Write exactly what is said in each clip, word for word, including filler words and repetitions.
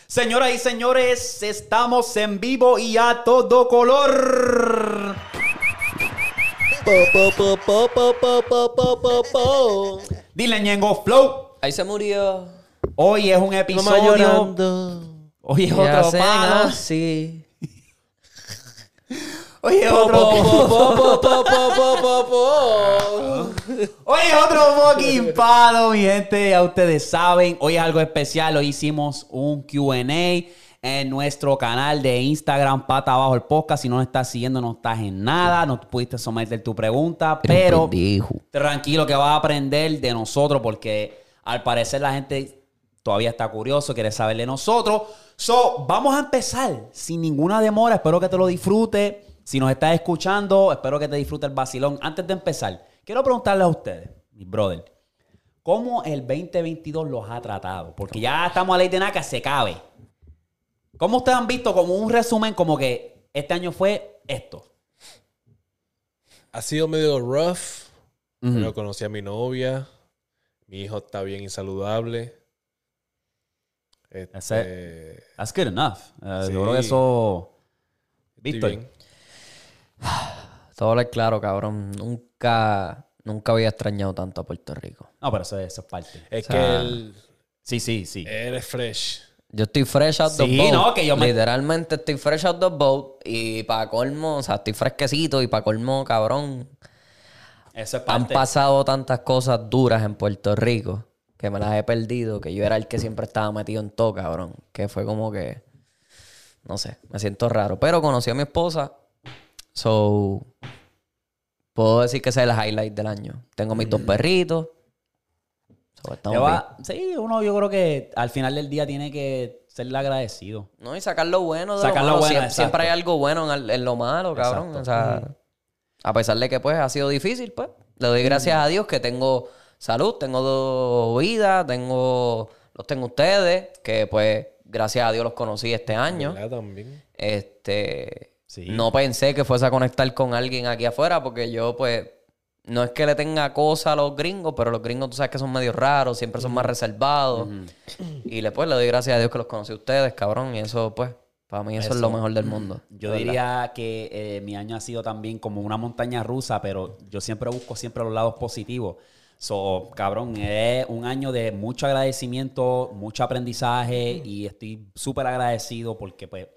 Señoras y señores, estamos en vivo y a todo color. Po, po, po, po, po, po, po, po, po. Dile Ñengo Flow. Ahí se murió. Hoy es un Mamá episodio. llorando. Hoy es Y otro hacen palo. así. Hoy es Po, otro. po, po, po, po, po, po, po, po. Hoy es otro fucking palo, mi gente. Ya ustedes saben. Hoy es algo especial. Hoy hicimos un Q and A en nuestro canal de Instagram, Pata Abajo el Podcast. Si no nos estás siguiendo, no estás en nada. No pudiste someter tu pregunta. Pero tranquilo que vas a aprender de nosotros porque al parecer la gente todavía está curioso, quiere saber de nosotros. So, vamos a empezar sin ninguna demora. Espero que te lo disfrutes. Si nos estás escuchando, espero que te disfrutes el vacilón. Antes de empezar, quiero preguntarles a ustedes, mis brothers, ¿cómo el veinte veintidós los ha tratado? Porque ya estamos a ley de nada que se cabe. ¿Cómo ustedes han visto como un resumen como que este año fue esto? Ha sido medio rough, Uh-huh. pero conocí a mi novia. Mi hijo está bien y saludable. That's Este, That's good enough. Uh, Sí. Yo creo que eso... estoy Víctor. bien. Todo hablar claro, cabrón. Nunca, nunca había extrañado tanto a Puerto Rico. No, pero eso, eso es parte. Es O sea, que él, Sí, sí, sí. él es fresh. Yo estoy fresh out the Sí, boat. no, que yo me- Literalmente estoy fresh out the boat. Y para colmo, o sea, estoy fresquecito. Y para colmo, cabrón, Eso es han parte. pasado tantas cosas duras en Puerto Rico que me las he perdido. Que yo era el que siempre estaba metido en todo, cabrón. Que fue como que... No sé, me siento raro. Pero conocí a mi esposa. So... Puedo decir que ese es el highlight del año. Tengo mis dos perritos. So, Te estamos va- sí, uno yo creo que al final del día tiene que serle agradecido. bien. No, y sacar lo bueno de Sacar lo lo malo. bueno, Siempre, exacto. siempre hay algo bueno en, el- en lo malo, cabrón. Exacto. O sea, a pesar de que pues ha sido difícil, pues, le doy gracias a Dios que tengo salud, tengo do- vida, tengo... Los tengo ustedes, que pues, gracias a Dios los conocí este año. ¿Verdad? También. Este... Sí. No pensé que fuese a conectar con alguien aquí afuera porque yo, pues, no es que le tenga cosa a los gringos, pero los gringos tú sabes que son medio raros, siempre son más reservados. Y le, pues, le doy gracias a Dios que los conocí a ustedes, cabrón. Y eso, pues, para mí eso, Eso. es lo mejor del mundo. Yo de verdad. diría que eh, mi año ha sido también como una montaña rusa, pero yo siempre busco siempre los lados positivos. So, cabrón, es un año de mucho agradecimiento, mucho aprendizaje y estoy súper agradecido porque pues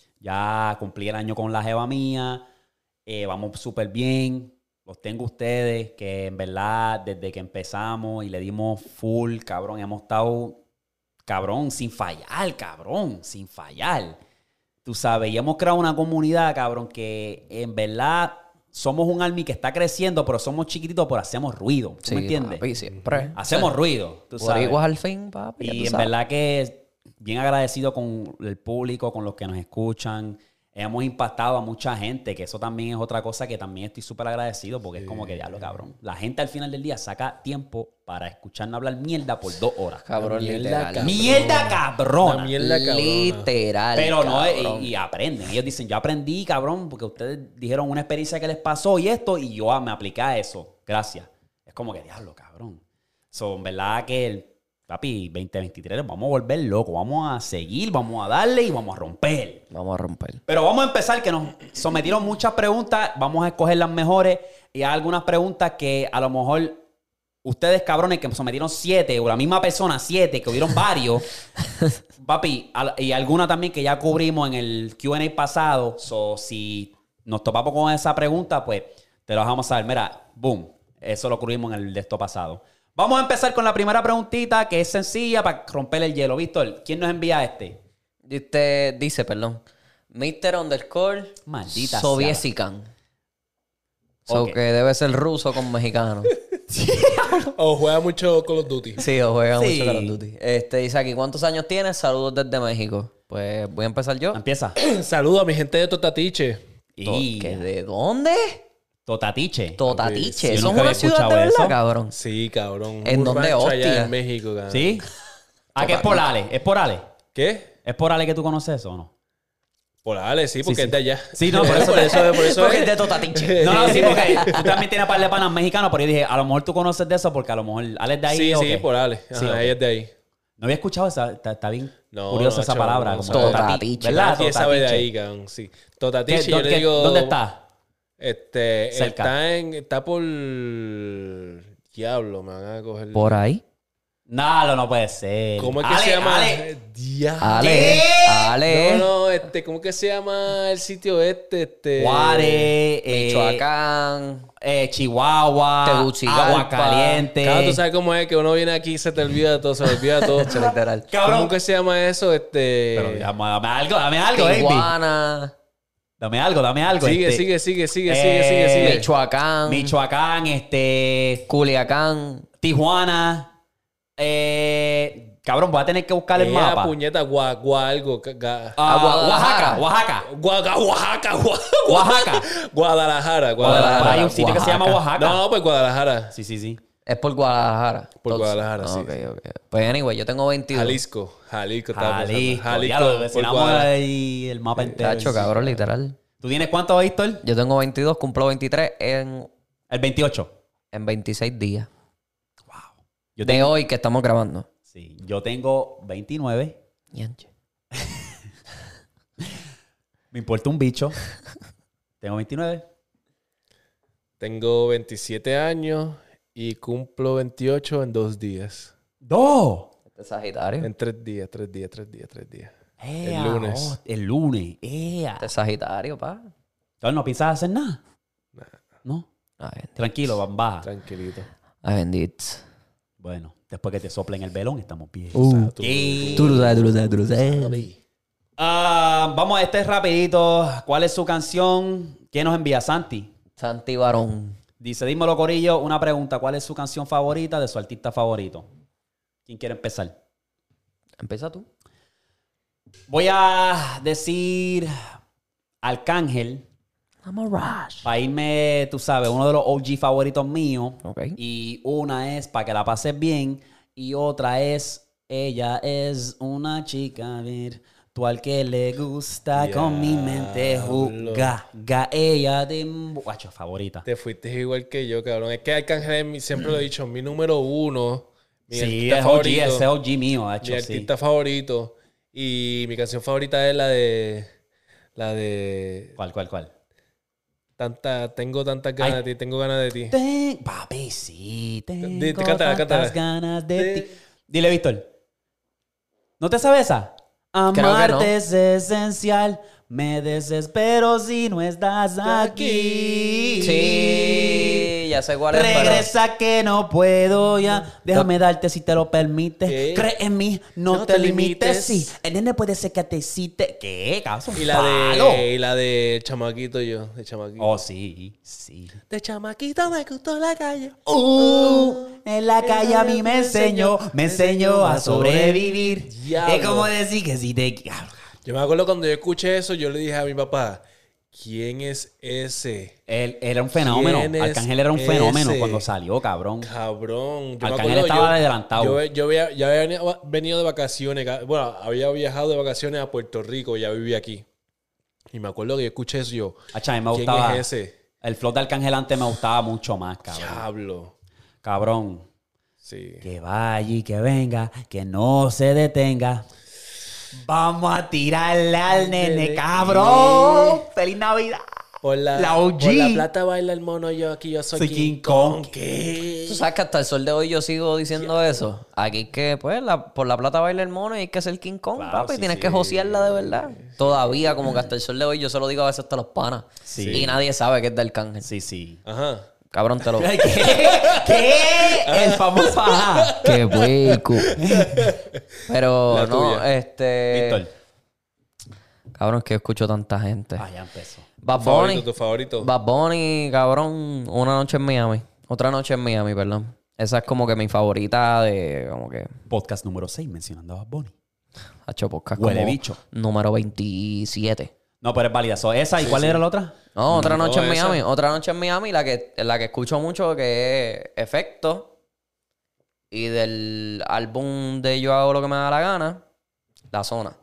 ya cumplí el año con la jeva mía, eh, vamos súper bien, los tengo ustedes, que en verdad desde que empezamos y le dimos full, cabrón, hemos estado, cabrón, sin fallar, cabrón, sin fallar. Tú sabes, y hemos creado una comunidad, cabrón, que en verdad somos un army que está creciendo, pero somos chiquititos, pero hacemos ruido. ¿Tú Sí, me entiendes? papi, siempre. Hacemos ruido, tú sabes. Boricuas al fin, papi. ya Y tú en sabes. verdad que bien agradecido con el público, con los que nos escuchan. Hemos impactado a mucha gente, que eso también es otra cosa que también estoy súper agradecido porque es como que diablo, cabrón. La gente al final del día saca tiempo para escucharnos hablar mierda por dos horas. Cabrón, Mierda, literal. cabrón. ¡Mierda cabrona! Una mierda cabrona. Literal, Pero no, cabrón. y, y aprenden. Ellos dicen, yo aprendí, cabrón, porque ustedes dijeron una experiencia que les pasó y esto, y yo ah, me apliqué a eso. Gracias. Es como que, diablo, cabrón. So, en verdad que, el, papi, veinte veintitrés, vamos a volver locos. Vamos a seguir, vamos a darle y vamos a romper. Vamos a romper. Pero vamos a empezar, que nos sometieron muchas preguntas. Vamos a escoger las mejores. Y hay algunas preguntas que a lo mejor ustedes, cabrones, que sometieron siete, o la misma persona, siete, que hubieron varios. Papi, al- y alguna también que ya cubrimos en el Q and A pasado. So, si nos topamos con esa pregunta, pues te lo dejamos saber. Mira, boom, eso lo cubrimos en el de esto pasado. Vamos a empezar con la primera preguntita, que es sencilla para romper el hielo. Víctor, ¿quién nos envía este? Dice, dice, perdón. mister Underscore Maldita Soviesican. So Ok. que debe ser ruso con mexicano. O juega mucho Call of Duty. Sí, o juega Sí. mucho Call of Duty. Este, dice aquí, ¿cuántos años tienes? Saludos desde México. Pues voy a empezar yo. Empieza. Saludo a mi gente de Totatiche. Y ¿Qué, ¿De dónde? Totatiche. Totatiche. Sí, Eso es nunca una había ciudad de escuchado verdad, eso. cabrón. Sí, cabrón. ¿En Un dónde, rancho allá hostia? en México, cabrón. ¿Sí? Ah, que es por Ale. ¿Es por Ale? ¿Qué? ¿Es por Ale que tú conoces eso o no? Por Ale, sí, porque Sí, sí. es de allá. Sí, no, por eso- por eso, por eso Porque es. es de Totatiche. No, no, sí, porque tú también tienes par de panas mexicanos, pero yo dije, a lo mejor tú conoces de eso porque a lo mejor Ale es de ahí. Sí, ¿o sí, qué? por Ale. Ajá, Sí, ok. ella es de ahí. No había escuchado esa. Está, está bien No, curiosa no, esa chaval, palabra. no, Como Totatiche. totatiche, ¿verdad? Nadie sabe de Totatiche. ahí, cabrón. Sí. ¿Qué- Totatiche, yo dó- le qué- digo... ¿Dónde está? Este, Cerca. está en... Está por... Diablo, me van a coger... Por ahí. No, no, no puede ser. ¿Cómo es que Ale, se llama? Ale. Diablo. Ale, ¿Qué? Ale. No, no, este, ¿cómo que se llama el sitio este? Este... Guare, eh, Michoacán. eh, Chihuahua, Tegucigalpa. Agua Caliente. Claro, tú sabes cómo es que uno viene aquí y se te olvida todo, se te olvida todo. Literal. Cabrón. ¿Cómo que se llama eso? Este... Pero dame, dame algo, dame algo, baby. Tijuana. Dame algo, dame algo. Sigue, este. sigue, sigue, sigue, Eh, sigue, sigue, sigue. Michoacán. Michoacán, este. Culiacán. Tijuana. Eh, cabrón, voy a tener que buscar el Eh, mapa. puñeta, gua, gua algo. ga- ga- Ah, a Guadalajara. Oaxaca, Oaxaca. Gua- ga- Oaxaca, gua- Oaxaca. Guadalajara, Guadalajara. Guadalajara. Hay un sitio que se llama Oaxaca. Oaxaca. No, no, pues Guadalajara. Sí, sí, sí. Es por Guadalajara. Por Entonces- Guadalajara, sí. Ok, ok. Pues anyway, yo tengo veintidós. Jalisco. Jalisco, estaba pensando. Jalisco. Jalisco. Ya lo por mencionamos Guadalajara. ahí el mapa entero. Tacho, cabrón, literal. ¿Tú tienes cuánto, Víctor? Yo tengo veintidós, cumplo veintitrés en, El veintiocho. en veintiséis días. Yo De tengo, hoy que estamos grabando. sí, yo tengo veintinueve. Yanche. Me importa un bicho. Tengo veintinueve. Tengo veintisiete años y cumplo veintiocho en dos días. ¡Dos! Este es Sagitario. En tres días, tres días, tres días, tres días. Ea, El lunes. oh, el lunes. Ea. Este es Sagitario, pa. Entonces, ¿no piensas hacer nada? No. Ay, bendito. Tranquilo, van baja. Tranquilito. Ay, bendito. Bueno, después que te soplen el velón, estamos bien. O sea, tú- ¿Qué? Tú lo sabes, tú lo sabes, tú lo sabes. Ah, vamos a este rapidito. ¿Cuál es su canción? ¿Qué nos envía Santi? Santi Barón. Dice, dímelo, Corillo, una pregunta. ¿Cuál es su canción favorita de su artista favorito? ¿Quién quiere empezar? Empieza tú. Voy a decir Arcángel. I'm a rush. Para irme, tú sabes, uno de los O G favoritos míos. Ok. Y una es Para que la pases bien. Y otra es Ella es una chica virtual que le gusta con mi mente jugar. Ga- Ella de... Guacho, favorita. Te fuiste igual que yo, cabrón. Es que Arcángel es mi- siempre lo he dicho, mi número uno. Mi Sí, artista es O G, favorito. ese es O G mío, de hecho, Mi sí. artista favorito. Y mi canción favorita es la de... La de... ¿Cuál, cuál, cuál? Tanta, tengo tantas ganas Ay. de ti, tengo ganas de ti. Ten- Papi, sí, tengo Di- cántala, tantas cántala. ganas de De- ti. Dile, Víctor. ¿No te sabes esa? Creo que Amarte no. es esencial. Me desespero si no estás aquí. Sí, ya sé cuál es, pero... Regresa que no puedo ya. Déjame darte si te lo permite. ¿Qué? Cree en mí, no, No te, te limites. limites. Sí, el nene puede ser que te cite. ¿Qué? Caso. Y la de... Y la de Chamaquito yo. De Chamaquito. Oh, sí, sí. De Chamaquito me gustó la calle. Uh, en la calle a mí me enseñó, me enseñó a sobrevivir. Diablo. Es como decir que si te... Yo me acuerdo cuando yo escuché eso, yo le dije a mi papá, ¿quién es ese? Él era un fenómeno. ¿Quién es Arcángel era un fenómeno ese? cuando salió, cabrón. Cabrón. Yo me Arcángel acuerdo, estaba yo- adelantado. Yo, yo había, ya había venido- venido de vacaciones. ca- Bueno, había viajado de vacaciones a Puerto Rico, ya vivía aquí. Y me acuerdo que yo escuché eso y yo, Acha, a mí me ¿quién gustaba. es ese? El flow de Arcángel antes me gustaba mucho más, cabrón. Diablo. Cabrón. Sí. Que vaya y que venga, que no se detenga. Vamos a tirarle al nene, cabrón. ¡Feliz Navidad! Por la, La O G. por la plata baila el mono, yo aquí yo soy, Soy King, King Kong. Kong. ¿Qué? Tú sabes que hasta el sol de hoy yo sigo diciendo eso. Aquí es que, pues, la- por la plata baila el mono y hay que ser King Kong, Claro, papi. sí, Tienes sí. que josearla de verdad. Todavía, como que hasta el sol de hoy yo se lo digo a veces hasta a los panas. Sí. Y nadie sabe que es del Arcángel. Sí, sí. Ajá. Cabrón, te lo... ¿Qué? ¿Qué? El famoso ajá. ¡Qué hueco! Pero, La no, tuya. este... Víctor. Cabrón, es que yo escucho tanta gente. Ah, ya empezó. Bad Tu favorito, Bunny. tu favorito. Bad Bunny, cabrón, una noche en Miami. Otra noche en Miami, perdón. Esa es como que mi favorita de, como que, Podcast número seis mencionando a Bad Bunny. hacho podcast Huele como bicho. número veintisiete. No, pero es válida. So, ¿esa y cuál era la otra? No, otra noche no, en esa. Miami. Otra noche en Miami, la que, la que escucho mucho, que es Efecto. Y del álbum de Yo Hago Lo Que Me Da La Gana, La Zona.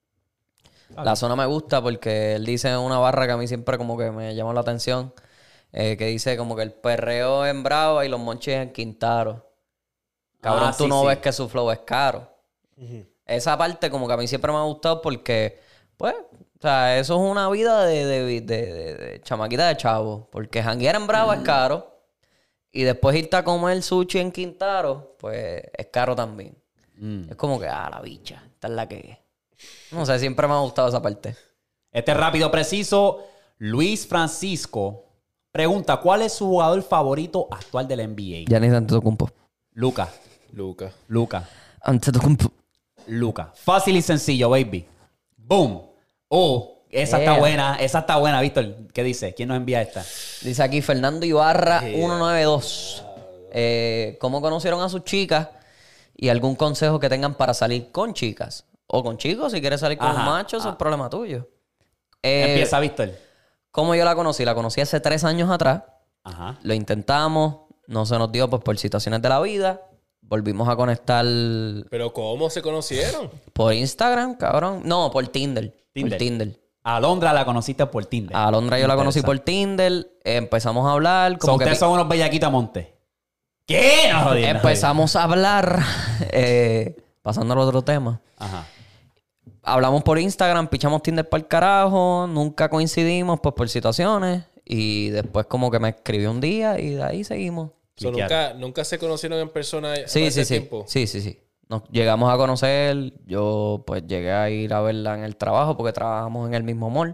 La Zona me gusta porque él dice una barra que a mí siempre como que me llamó la atención. eh, que dice como que el perreo en Brava y los monches en Quintaro. Cabrón, Ah, tú sí, no sí. ves que su flow es caro. Ujú. Esa parte como que a mí siempre me ha gustado porque, pues, o sea, eso es una vida de, de, de, de- de chamaquita de chavo. Porque janguear en Bravo es caro. Y después irte a comer sushi en Quintaro, pues es caro también. Mm. Es como que, ah, la bicha, esta es la que es. No sé, siempre me ha gustado esa parte. Este es rápido, preciso. Luis Francisco pregunta, ¿cuál es su jugador favorito actual del N B A? Giannis Antetokounmpo. Luca. Luca. Luca. Antetokounmpo. Luca. Fácil y sencillo, baby. Boom. Oh, esa está Yeah. buena. Esa está buena, Víctor. ¿Qué dice? ¿Quién nos envía esta? Dice aquí Fernando Ibarra ciento noventa y dos. Eh, ¿Cómo conocieron a sus chicas? Y algún consejo que tengan para salir con chicas. O con chicos, si quieres salir con Ajá. un macho, eso Ah. es problema tuyo. Eh, Empieza, Víctor. ¿Cómo yo la conocí? La conocí hace tres años atrás. Ajá. Lo intentamos, no se nos dio pues, por situaciones de la vida. Volvimos a conectar Pero ¿cómo se conocieron? por Instagram, cabrón. No, por Tinder. Tinder. Por Tinder. A Alondra la conociste por Tinder. A Alondra yo la conocí por Interesante. Tinder. eh, empezamos a hablar. Como So, que ustedes pi- son unos bellaquitos a monte. ¿Qué? No, jodí, no, empezamos a hablar. eh, pasando al otro tema. jodí. Ajá. Hablamos por Instagram, pichamos Tinder para el carajo. Nunca coincidimos pues por situaciones. Y después como que me escribió un día y de ahí seguimos. So, nunca, nunca se conocieron en persona Sí, para sí, ese sí. tiempo. Sí, sí, sí. Nos llegamos a conocer. Yo pues llegué a ir a verla en el trabajo porque trabajamos en el mismo mall.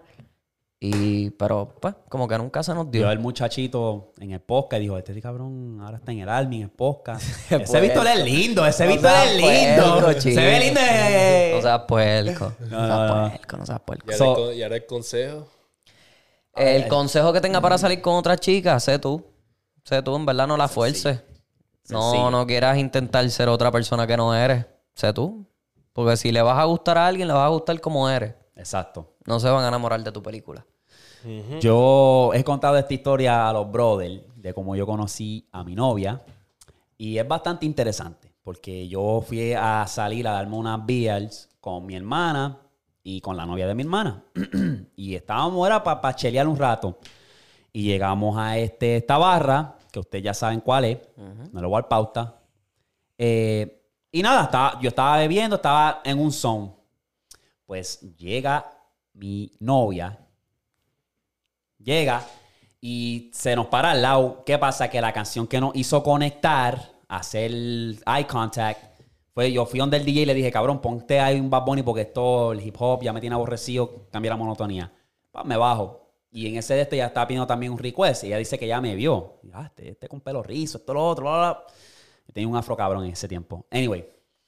Y, pero pues, como que nunca se nos dio. Vio el muchachito en el podcast y dijo, este cabrón ahora está en el Army, en el podcast. Pues, ese Víctor es lindo, ese no Víctor seas es lindo. puerco, Se chico. ve lindo. eh. No seas puerco. No, No, no, seas no. puerco, no seas puerco. Y ahora, So- el, con- y ahora el consejo. El consejo que tenga para salir con otra chica, sé tú. Sé tú, en verdad no la fuerces. No, Sencillo. no quieras intentar ser otra persona que no eres. Sé tú. Porque si le vas a gustar a alguien, le vas a gustar como eres. Exacto. No se van a enamorar de tu película. Yo he contado esta historia a los brothers de cómo yo conocí a mi novia y es bastante interesante porque yo fui a salir a darme unas beers con mi hermana y con la novia de mi hermana y estábamos, era para chelear un rato y llegamos a este, esta barra que ustedes ya saben cuál es, me lo voy a dar pauta. Eh, y nada, estaba, yo estaba bebiendo, estaba en un zone. Pues llega mi novia, llega y se nos para al lado. ¿Qué pasa? Que la canción que nos hizo conectar, hacer eye contact, fue yo fui donde el D J y le dije, cabrón, ponte ahí un Bad Bunny porque esto, el hip hop ya me tiene aborrecido, cambia la monotonía. Pa, me bajo. Y en ese de este ya estaba pidiendo también un request. Y ella dice que ya me vio. Y, ah, este, este con pelo rizo, esto, lo otro, bla, bla, bla. Yo tenía un afro cabrón en ese tiempo. Anyway.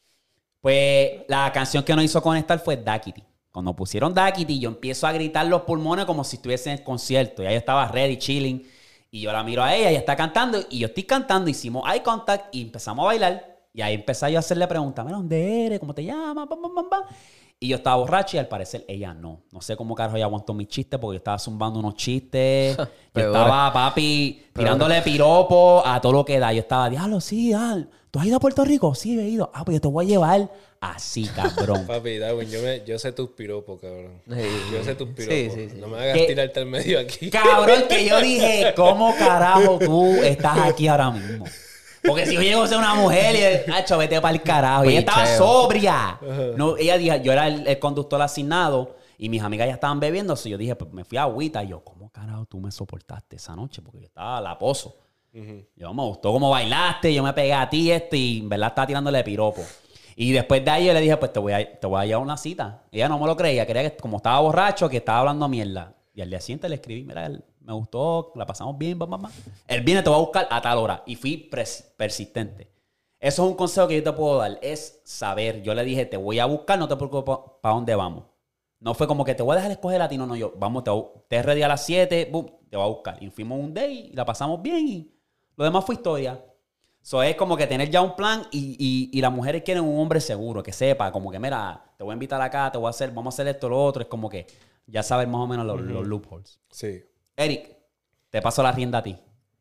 Pues la canción que nos hizo conectar fue Daquiti. Cuando pusieron Daquiti, yo empiezo a gritar los pulmones como si estuviese en el concierto. Y ella estaba ready, chilling. Y yo la miro a ella, ella está cantando. Y yo estoy cantando, hicimos eye contact y empezamos a bailar. Y ahí empecé yo a hacerle preguntas. Mira, ¿dónde eres? ¿Cómo te llamas? Bam, bam, bam, bam. Y yo estaba borracho y al parecer ella no. No sé cómo carajo ella aguantó mis chistes porque yo estaba zumbando unos chistes. Yo Peor. estaba, papi, tirándole piropo a todo lo que da. Yo estaba, diablo, sí, dale. ¿Tú has ido a Puerto Rico? Sí, he ido. Ah, pues yo te voy a llevar así, cabrón. Papi, Darwin, yo, me, yo sé tus piropos, cabrón. Sí. Yo sé tus Sí, piropos. sí, sí. No me hagas ¿Qué? tirarte al medio aquí. Cabrón, que yo dije, ¿cómo carajo tú estás aquí ahora mismo? Porque si yo llego a ser una mujer y, Nacho, vete para el carajo. Y ella estaba Picheo. sobria. No, ella dijo, yo era el, el conductor asignado y mis amigas ya estaban bebiendo. So yo dije, pues me fui a agüita. Y yo, ¿cómo carajo tú me soportaste esa noche? Porque yo estaba a la pozo. Yo, me gustó cómo bailaste. Yo me pegué a ti esto y en verdad estaba tirándole piropo. Y después de ahí yo le dije, pues te voy a, te voy a llevar a una cita. Ella no me lo creía. Creía que como estaba borracho, que estaba hablando mierda. Y al día siguiente le escribí, mira, él, me gustó, la pasamos bien, bam, bam, bam. Él viene, te va a buscar a tal hora. Y fui pres- persistente. Eso es un consejo que yo te puedo dar. Es saber. Yo le dije, te voy a buscar, no te preocupes para dónde vamos. No fue como que te voy a dejar escoger a ti. No, no, yo, vamos, te, te ready a las siete, boom, te voy a buscar. Y fuimos un day y la pasamos bien y lo demás fue historia. Eso es como que tener ya un plan y, y, y las mujeres quieren un hombre seguro, que sepa, como que mira, te voy a invitar acá, te voy a hacer, vamos a hacer esto, lo otro. Es como que ya sabes más o menos los, los loopholes. Sí. Eric, te paso la rienda a ti.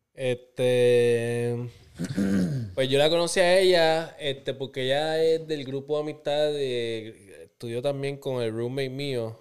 Este. Pues yo la conocí a ella, este, porque ella es del grupo de amistad de. Estudió también con el roommate mío.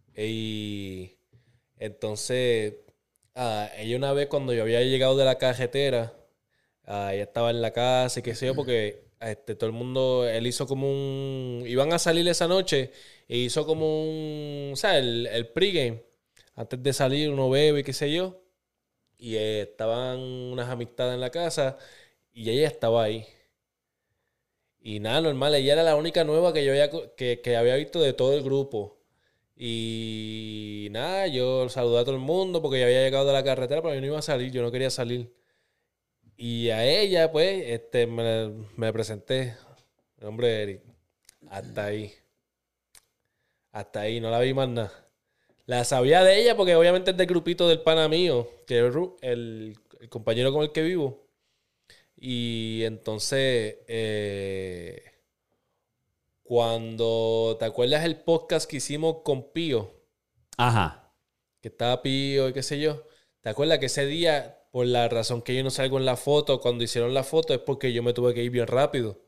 Y entonces, ah, ella una vez cuando yo había llegado de la carretera, ah, ella estaba en la casa y qué sé yo, porque este, todo el mundo, él hizo como un... Iban a salir esa noche e hizo como un... O sea, el, el pregame. Antes de salir uno bebe y qué sé yo. Y eh, estaban unas amistades en la casa y ella estaba ahí. Y nada, normal, ella era la única nueva que yo había, que, que había visto de todo el grupo. Y nada, yo saludé a todo el mundo porque ya había llegado de la carretera, pero yo no iba a salir, yo no quería salir. Y a ella, pues, este, me, me presenté. El nombre de Eric. Hasta ahí. Hasta ahí, no la vi más nada. La sabía de ella porque obviamente es del grupito del pana mío, que es el, el compañero con el que vivo. Y entonces, eh, cuando, ¿te acuerdas el podcast que hicimos con Pío? Ajá. Que estaba Pío y qué sé yo. ¿Te acuerdas que ese día, por la razón que yo no salgo en la foto, cuando hicieron la foto, es porque yo me tuve que ir bien rápido?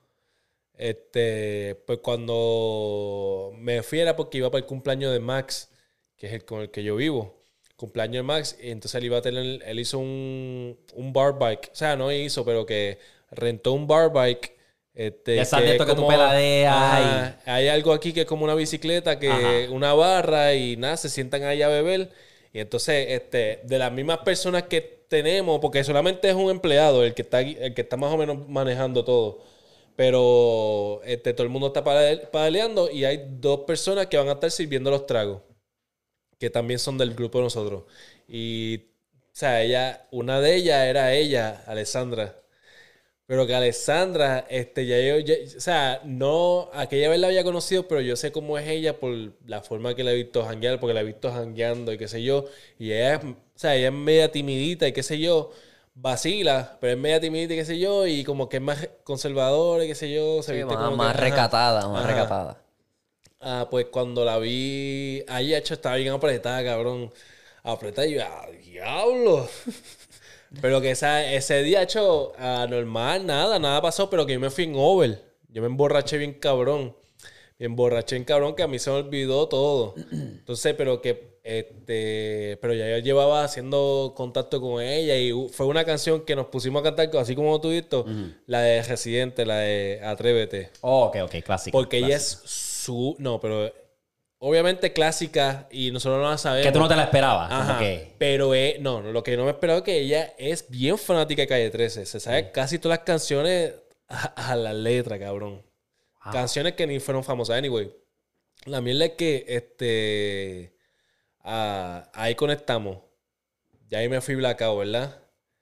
Este, pues cuando me fui era porque iba para el cumpleaños de Max, que es el con el que yo vivo. Cumpleaños de Max, y entonces él iba a tener, él hizo un, un bar bike, o sea, no hizo, pero que rentó un bar bike. Este, Ya sabes esto que tú peladeas. Ajá, y... Hay algo aquí que es como una bicicleta, que Ajá. una barra y nada, se sientan ahí a beber. Y entonces, este, de las mismas personas que tenemos, porque solamente es un empleado el que está, el que está más o menos manejando todo. Pero este, todo el mundo está pedaleando y hay dos personas que van a estar sirviendo los tragos, que también son del grupo de nosotros. Y, o sea, ella, una de ellas era ella, Alessandra. Pero que Alessandra, este, ya yo, ya, o sea, no, aquella vez la había conocido, pero yo sé cómo es ella por la forma que la he visto janguear, porque la he visto jangueando y qué sé yo. Y ella, o sea, ella es media timidita y qué sé yo, vacila, pero es media timidita y qué sé yo, y como que es más conservadora y qué sé yo. Se Sí, viste más, como más que, recatada, ajá, más ajá. recatada. Ah, pues cuando la vi, ahí hecho estaba bien apretada, cabrón. Apretada y yo, ¡ah, diablo! Pero que esa, ese día, hecho, ah, normal, nada, nada pasó, pero que yo me fui en over. Yo me emborraché bien cabrón. Me emborraché bien cabrón que a mí se me olvidó todo. Entonces, pero que, este, pero ya yo llevaba haciendo contacto con ella y fue una canción que nos pusimos a cantar, así como tú dices, uh-huh. La de Residente, la de Atrévete. Oh, ok, ok, clásica. Porque clásica. ella es su, no, pero... Obviamente clásica y nosotros no la sabemos. Que tú no te la esperabas. Ajá, como que... pero es, no, lo que no me esperaba es que ella es bien fanática de Calle trece. Se sabe sí. casi todas las canciones a, a la letra, cabrón. Wow. Canciones que ni fueron famosas. Anyway, la mierda es que este, uh, ahí conectamos. Ya ahí me fui blackout, ¿verdad?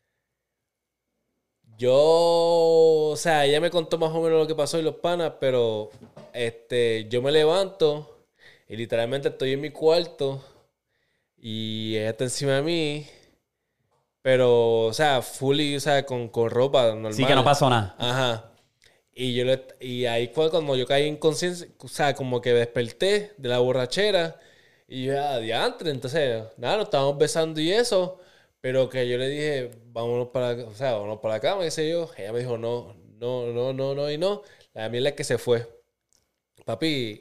Yo, o sea, ella me contó más o menos lo que pasó y los panas, pero este, yo me levanto... Y literalmente estoy en mi cuarto y ella está encima de mí, pero, o sea, fully, o sea, con, con ropa normal. Sí, que no pasó nada. Ajá. Y yo le, y ahí fue cuando yo caí en conciencia, o sea, como que desperté de la borrachera y yo, ah, diantre. Entonces, nada, nos estábamos besando y eso, pero que yo le dije, vámonos para, o sea, vámonos para la cama, qué sé yo. Ella me dijo, no, no, no, no, no, y no. La mierda es que se fue. Papi...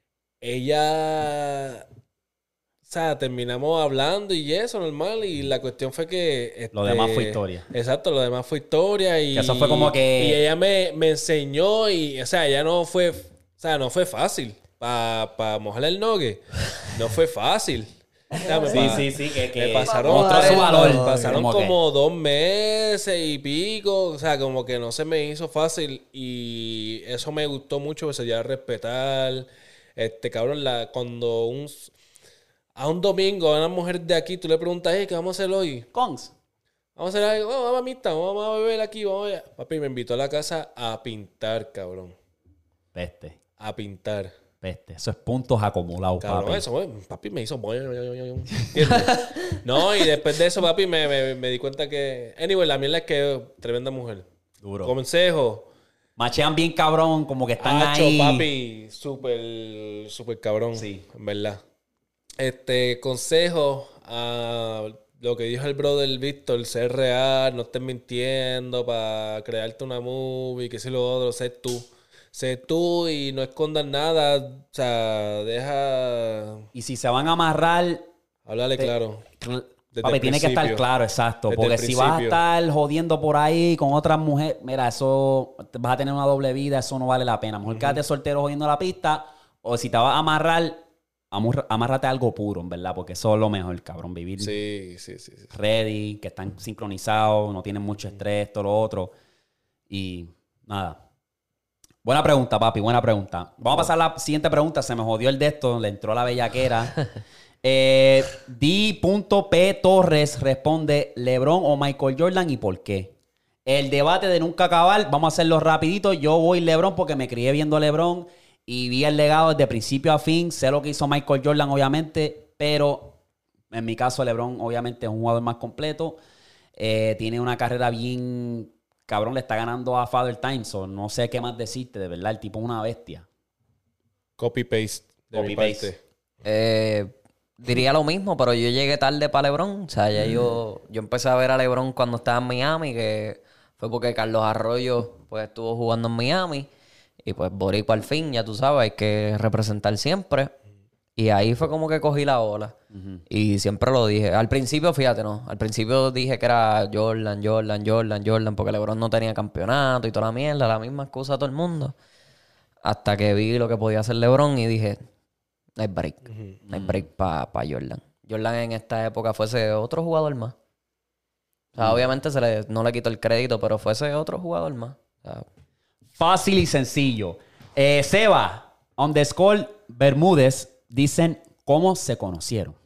Ella, o sea, terminamos hablando y eso, normal, y la cuestión fue que... Este, lo demás fue historia. Exacto, lo demás fue historia y... Que eso fue como que... Y ella me, me enseñó y, o sea, ella no fue, o sea, no fue fácil para pa mojar el nogue. No fue fácil. O sea, me sí, pa, sí, sí, que, que me pasaron, mostró su valor. Me pasaron como, como que... dos meses y pico, o sea, como que no se me hizo fácil y eso me gustó mucho, pues ya respetar... Este, cabrón, la, cuando un, a un domingo a una mujer de aquí tú le preguntas, hey, ¿qué vamos a hacer hoy? Cons. Vamos a hacer algo, oh, vamos a amistad, vamos a beber aquí, vamos a... Papi, me invitó a la casa a pintar, cabrón. Peste. A pintar. Peste. Eso es puntos acumulados, cabrón, papi. Eso, papi me hizo... No, y después de eso, papi, me, me, me di cuenta que... Anyway, la mierda es que tremenda mujer. Duro. Consejo... Machean bien cabrón, como que están Hacho, ahí. papi, súper, súper cabrón. Sí. En verdad. Este, consejo a lo que dijo el brother Víctor, ser real, no estés mintiendo para crearte una movie, que si lo otro, sé tú. Sé tú y no escondas nada. O sea, deja... Y si se van a amarrar... Háblale te, claro. Desde Papi, el tiene que estar principio. claro, exacto. Desde Porque el si vas a principio. estar jodiendo por ahí con otras mujeres, mira, eso vas a tener una doble vida, eso no vale la pena. Mejor quédate soltero jodiendo la pista. O si te vas a amarrar, amor- amárrate a algo puro, en verdad, porque eso es lo mejor, cabrón. Vivir Sí, sí, sí. sí. ready, que están sincronizados, no tienen mucho estrés, todo lo otro. Y nada. Buena pregunta, papi, buena pregunta. Vamos a pasar a la siguiente pregunta. Se me jodió el de esto, le entró la bellaquera. eh, D P Torres responde: ¿LeBron o Michael Jordan y por qué? El debate de nunca acabar, vamos a hacerlo rapidito. Yo voy LeBron porque me crié viendo a LeBron y vi el legado desde principio a fin. Sé lo que hizo Michael Jordan, obviamente, pero en mi caso LeBron obviamente es un jugador más completo. Eh, tiene una carrera bien... Cabrón, le está ganando a Father Time, so no sé qué más decirte, de verdad. El tipo es una bestia. Copy-paste de mi Copy-paste. parte. Eh, diría lo mismo, pero yo llegué tarde para LeBron. O sea, ya yo, yo empecé a ver a LeBron cuando estaba en Miami, que fue porque Carlos Arroyo pues estuvo jugando en Miami. Y pues Boricua al fin, ya tú sabes, hay que representar siempre. Y ahí fue como que cogí la ola. Uh-huh. Y siempre lo dije. Al principio, fíjate, no. Al principio dije que era Jordan, Jordan, Jordan, Jordan, porque LeBron no tenía campeonato y toda la mierda, la misma excusa a todo el mundo. Hasta que vi lo que podía hacer LeBron y dije, no hay break. Ujú. No hay break para pa Jordan. Jordan en esta época fuese otro jugador más. O sea, obviamente se le, no le quito el crédito, pero fuese otro jugador más. O sea, Fácil y sencillo. Eh, Seba, underscore Bermúdez, dicen cómo se conocieron.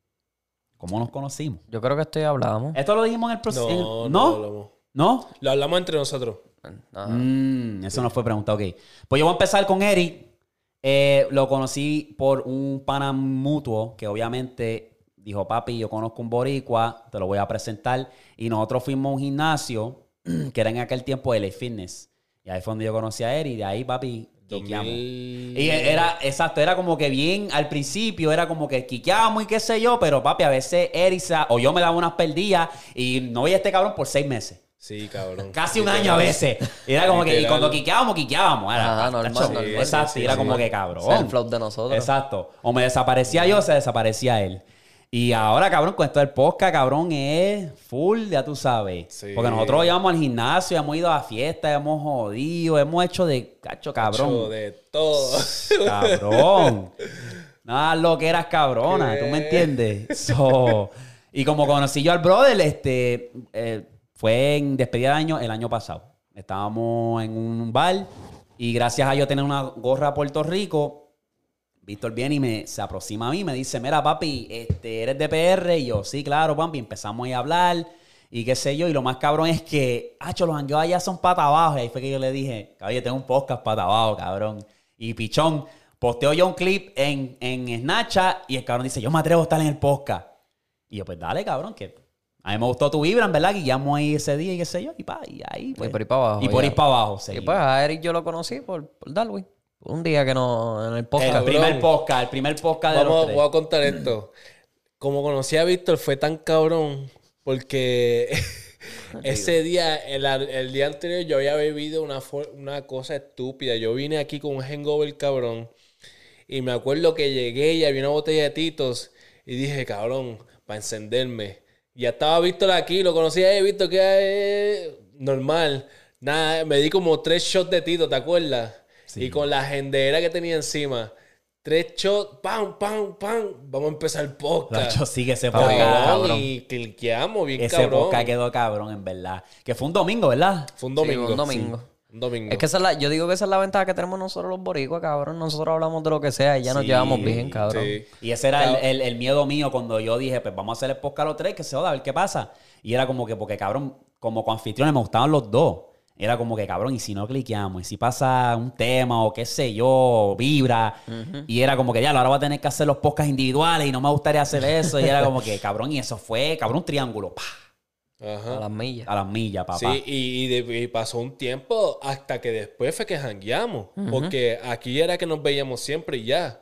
¿Cómo nos conocimos? yo creo que esto ya hablábamos. Esto lo dijimos en el proceso. No, no, ¿No? lo hablamos. ¿No? Lo hablamos entre nosotros. Ajá. Mm, eso no fue pregunta, ok. Pues yo voy a empezar con Eric. Eh, lo conocí por un pana mutuo que obviamente dijo, papi, yo conozco un boricua, te lo voy a presentar. Y nosotros fuimos a un gimnasio que era en aquel tiempo L A Fitness. Y ahí fue donde yo conocí a Eric. Y de ahí, papi, quiqueamos. dos mil... Y era, exacto, era como que bien, al principio era como que quiqueábamos y qué sé yo, pero papi, a veces Eric se- o yo me daba unas perdidas y no veía a este cabrón por seis meses. Sí, cabrón. Casi un Literal. año a veces. Y era como que, y Literal. cuando quiqueábamos, quiqueábamos. Era, Ajá, normal, tacho, normal. exacto, Sí, y era sí, como sí. que Ese cabrón. es el flop de nosotros. Exacto. O me desaparecía yo, o se desaparecía él. Y ahora, cabrón, con esto del podcast, cabrón, es full, ya tú sabes. Sí. Porque nosotros íbamos al gimnasio, hemos ido a fiestas, hemos jodido, hemos hecho de cacho, cabrón. Hecho de todo. Cabrón. Nada, lo que eras cabrona, ¿Qué? ¿tú me entiendes? So, y como conocí yo al brother, este, eh, fue en despedida de año el año pasado. Estábamos en un bar y gracias a yo tener una gorra a Puerto Rico, Víctor viene y me, se aproxima a mí y me dice, mira, papi, este, ¿eres de P R? Y yo, sí, claro, papi. Empezamos ahí a hablar y qué sé yo. Y lo más cabrón es que, hacho, los jangueos allá son pata abajo. Y ahí fue que yo le dije, cabrón, tengo un podcast pata abajo, cabrón. Y pichón, posteo yo un clip en, en Snapchat y el cabrón dice, yo me atrevo a estar en el podcast. Y yo, pues dale, cabrón, que a mí me gustó tu vibra, en verdad, que guiamos ahí ese día y qué sé yo. Y pa, y ahí, pues. Y por ahí para abajo. Y por ya. ahí para abajo, Y seguimos. pues a Eric yo lo conocí por, por Darwin. Un día que no, en el El podcast. Cabrón. primer podcast, el primer podcast de los Vamos, tres. voy a contar esto. Como conocí a Víctor, fue tan cabrón porque ese día, el, el día anterior, yo había bebido una, for- una cosa estúpida. Yo vine aquí con un hangover cabrón y me acuerdo que llegué y había una botella de Titos y dije, cabrón, para encenderme. Ya estaba Víctor aquí, lo conocía, eh, Víctor, que es normal. Nada, me di como tres shots de Tito, ¿te acuerdas? Sí. Y con la gendera que tenía encima. Tres shots, pam, pam, pam. Vamos a empezar el podcast. Nacho, sí que ese Cabrón, podcast, Cabrón, y cliqueamos bien ese cabrón. podcast quedó cabrón, en verdad. Que fue un domingo, ¿verdad? Fue un Sí, domingo. un domingo. Sí, un domingo. Es que esa es la, yo digo que esa es la ventaja que tenemos nosotros los boricuas, cabrón. Nosotros hablamos de lo que sea y ya nos Sí, llevamos bien, cabrón. Sí. Y ese era el, Claro. el- el miedo mío cuando yo dije, pues vamos a hacer el podcast los tres, que se joda, a ver qué pasa. Y era como que, porque cabrón, como coanfitriones me gustaban los dos. Era como que, cabrón, y si no cliqueamos, y si pasa un tema o qué sé yo, vibra. Y era como que, ya, ahora voy a tener que hacer los podcasts individuales y no me gustaría hacer eso. Y era como que, cabrón, y eso fue, cabrón, un triángulo, pa, Ajá. A las millas. a las millas, papá. Sí, y, y de- y pasó un tiempo hasta que después fue que jangueamos. Porque aquí era que nos veíamos siempre y ya.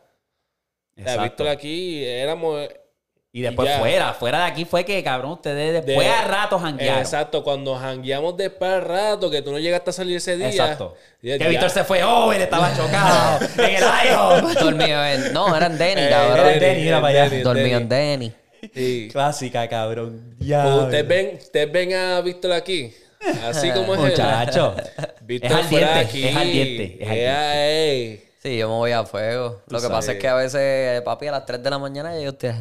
O sea, Exacto. Víctor aquí éramos... Y después ya. fuera, fuera de aquí fue que, cabrón, ustedes de- después a rato janguearon. Exacto, cuando jangueamos después al rato, que tú no llegaste a salir ese día. Exacto. ya- Que ya- Víctor se fue, oh, él estaba chocado en el aire. Dormido en... No, eran Denny, Eh, cabrón. era Denny, era para allá. Denny, Dormido Denny. en Denny. Sí. Clásica, cabrón. Pues Ya. ustedes ven, ustedes ven a Víctor aquí. Así como es él. Muchacho. Víctor Es fuera ardiente, aquí. es ardiente, es ardiente. Ea, ey. Sí, yo me voy a fuego. Lo que sabes. pasa es que a veces, papi, a las tres de la mañana ya yo estoy...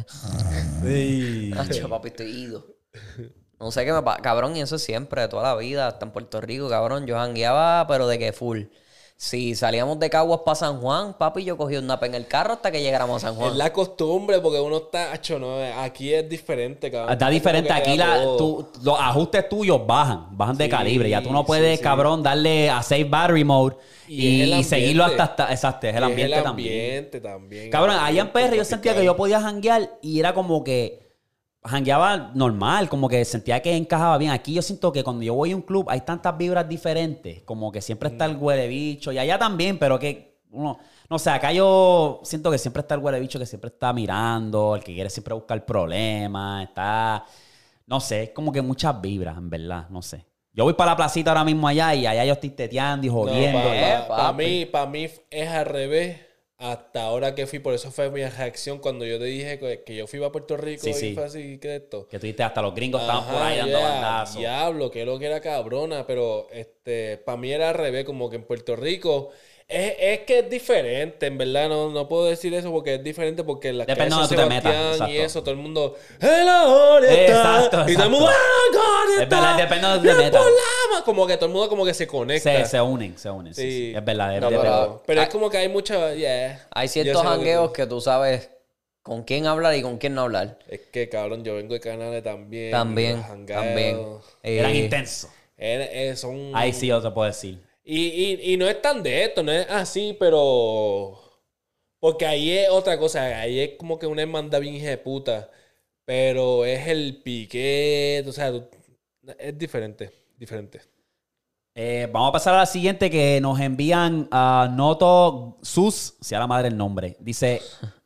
Sí. Nacho, papi, estoy ido. No sé qué me pasa. Cabrón, y eso es siempre, de toda la vida, hasta en Puerto Rico, cabrón. Yo jangueaba, pero de que full. Si salíamos de Caguas para San Juan, papi, yo cogí un nap en el carro hasta que llegáramos a San Juan. Es la costumbre porque uno está... Acho, no, aquí es diferente, cabrón. Está diferente. Como que Aquí te da la, todo. tú- los ajustes tuyos bajan. Bajan de Sí, calibre. Ya tú no puedes, sí, sí. cabrón, darle a save battery mode Y y, es el y seguirlo ambiente. hasta... hasta exacto, es el Y ambiente, el también. ambiente también. Cabrón, el allá en ambiente P R yo sentía que tropical. yo podía janguear y era como que jangueaba normal, como que sentía que encajaba bien. Aquí yo siento que cuando yo voy a un club hay tantas vibras diferentes, como que siempre está el huele bicho y allá también, pero que uno, no sé, acá yo siento que siempre está el huele bicho que siempre está mirando, el que quiere siempre buscar problemas, está, no sé, es como que muchas vibras, en verdad, no sé. Yo voy para la placita ahora mismo allá y allá yo estoy teteando y No, jodiendo. para y- Eh, papi. mí, pa mí es al revés. Hasta ahora que fui, por eso fue mi reacción cuando yo te dije que, que yo fui a Puerto Rico Sí, y sí. fue así, ¿qué es esto? Que tú dices, hasta los gringos estaban por Ajá, ahí dando yeah, bandazos. Diablo, que lo que era cabrona, pero este, para mí era al revés, como que en Puerto Rico es, es que es diferente, en verdad, no, no puedo decir eso porque es diferente porque en las Depende calles de de donde tú te Sebastián metas, y exacto. eso, todo el mundo, ¡Hello, está! Exacto, Y todo el exacto. mundo, ¡Ah, God, Es está! verdad, depende de donde te ¡Bien metas. por la ma-! Como que todo el mundo como que se conecta. Se, se unen, se unen. Sí, Sí. sí. Es verdad. es No, verdad. pero, pero es como que hay mucha, yeah. Hay Yo ciertos sé lo que jangueos tú- que tú sabes con quién hablar y con quién no hablar. Es que, cabrón, yo vengo de canales también. También, los jangueos, también. Eran Eh, intensos. eh, eh, son... Ahí sí yo te puedo decir. Y, y, y no es tan de esto, no es así, pero... Porque ahí es otra cosa, ahí es como que una hermandad bien hija de puta. Pero es el piquete, o sea, tú- es diferente, diferente. Eh, vamos a pasar a la siguiente que nos envían a Noto Sus, sea la madre el nombre. Dice,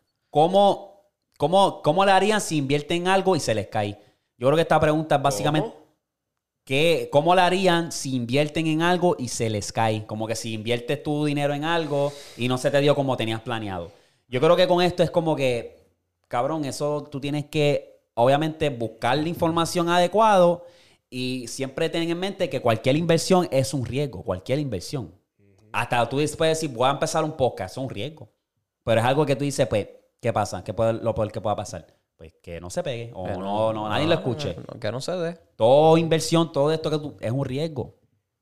¿cómo, cómo, ¿cómo le harían si invierten en algo y se les cae? Yo creo que esta pregunta es básicamente, ¿Cómo? ¿qué, ¿cómo le harían si invierten en algo y se les cae? Como que si inviertes tu dinero en algo y no se te dio como tenías planeado. Yo creo que con esto es como que, cabrón, eso tú tienes que, obviamente, buscar la información adecuada y siempre ten en mente que cualquier inversión es un riesgo, cualquier inversión. Hasta tú puedes decir, voy a empezar un podcast, es un riesgo. Pero es algo que tú dices, pues, ¿qué pasa? ¿Qué puede, lo peor que pueda pasar? Pues que no se pegue o que no, no, nadie lo escuche. no, que no se dé. Toda inversión, todo esto que tú, es un riesgo.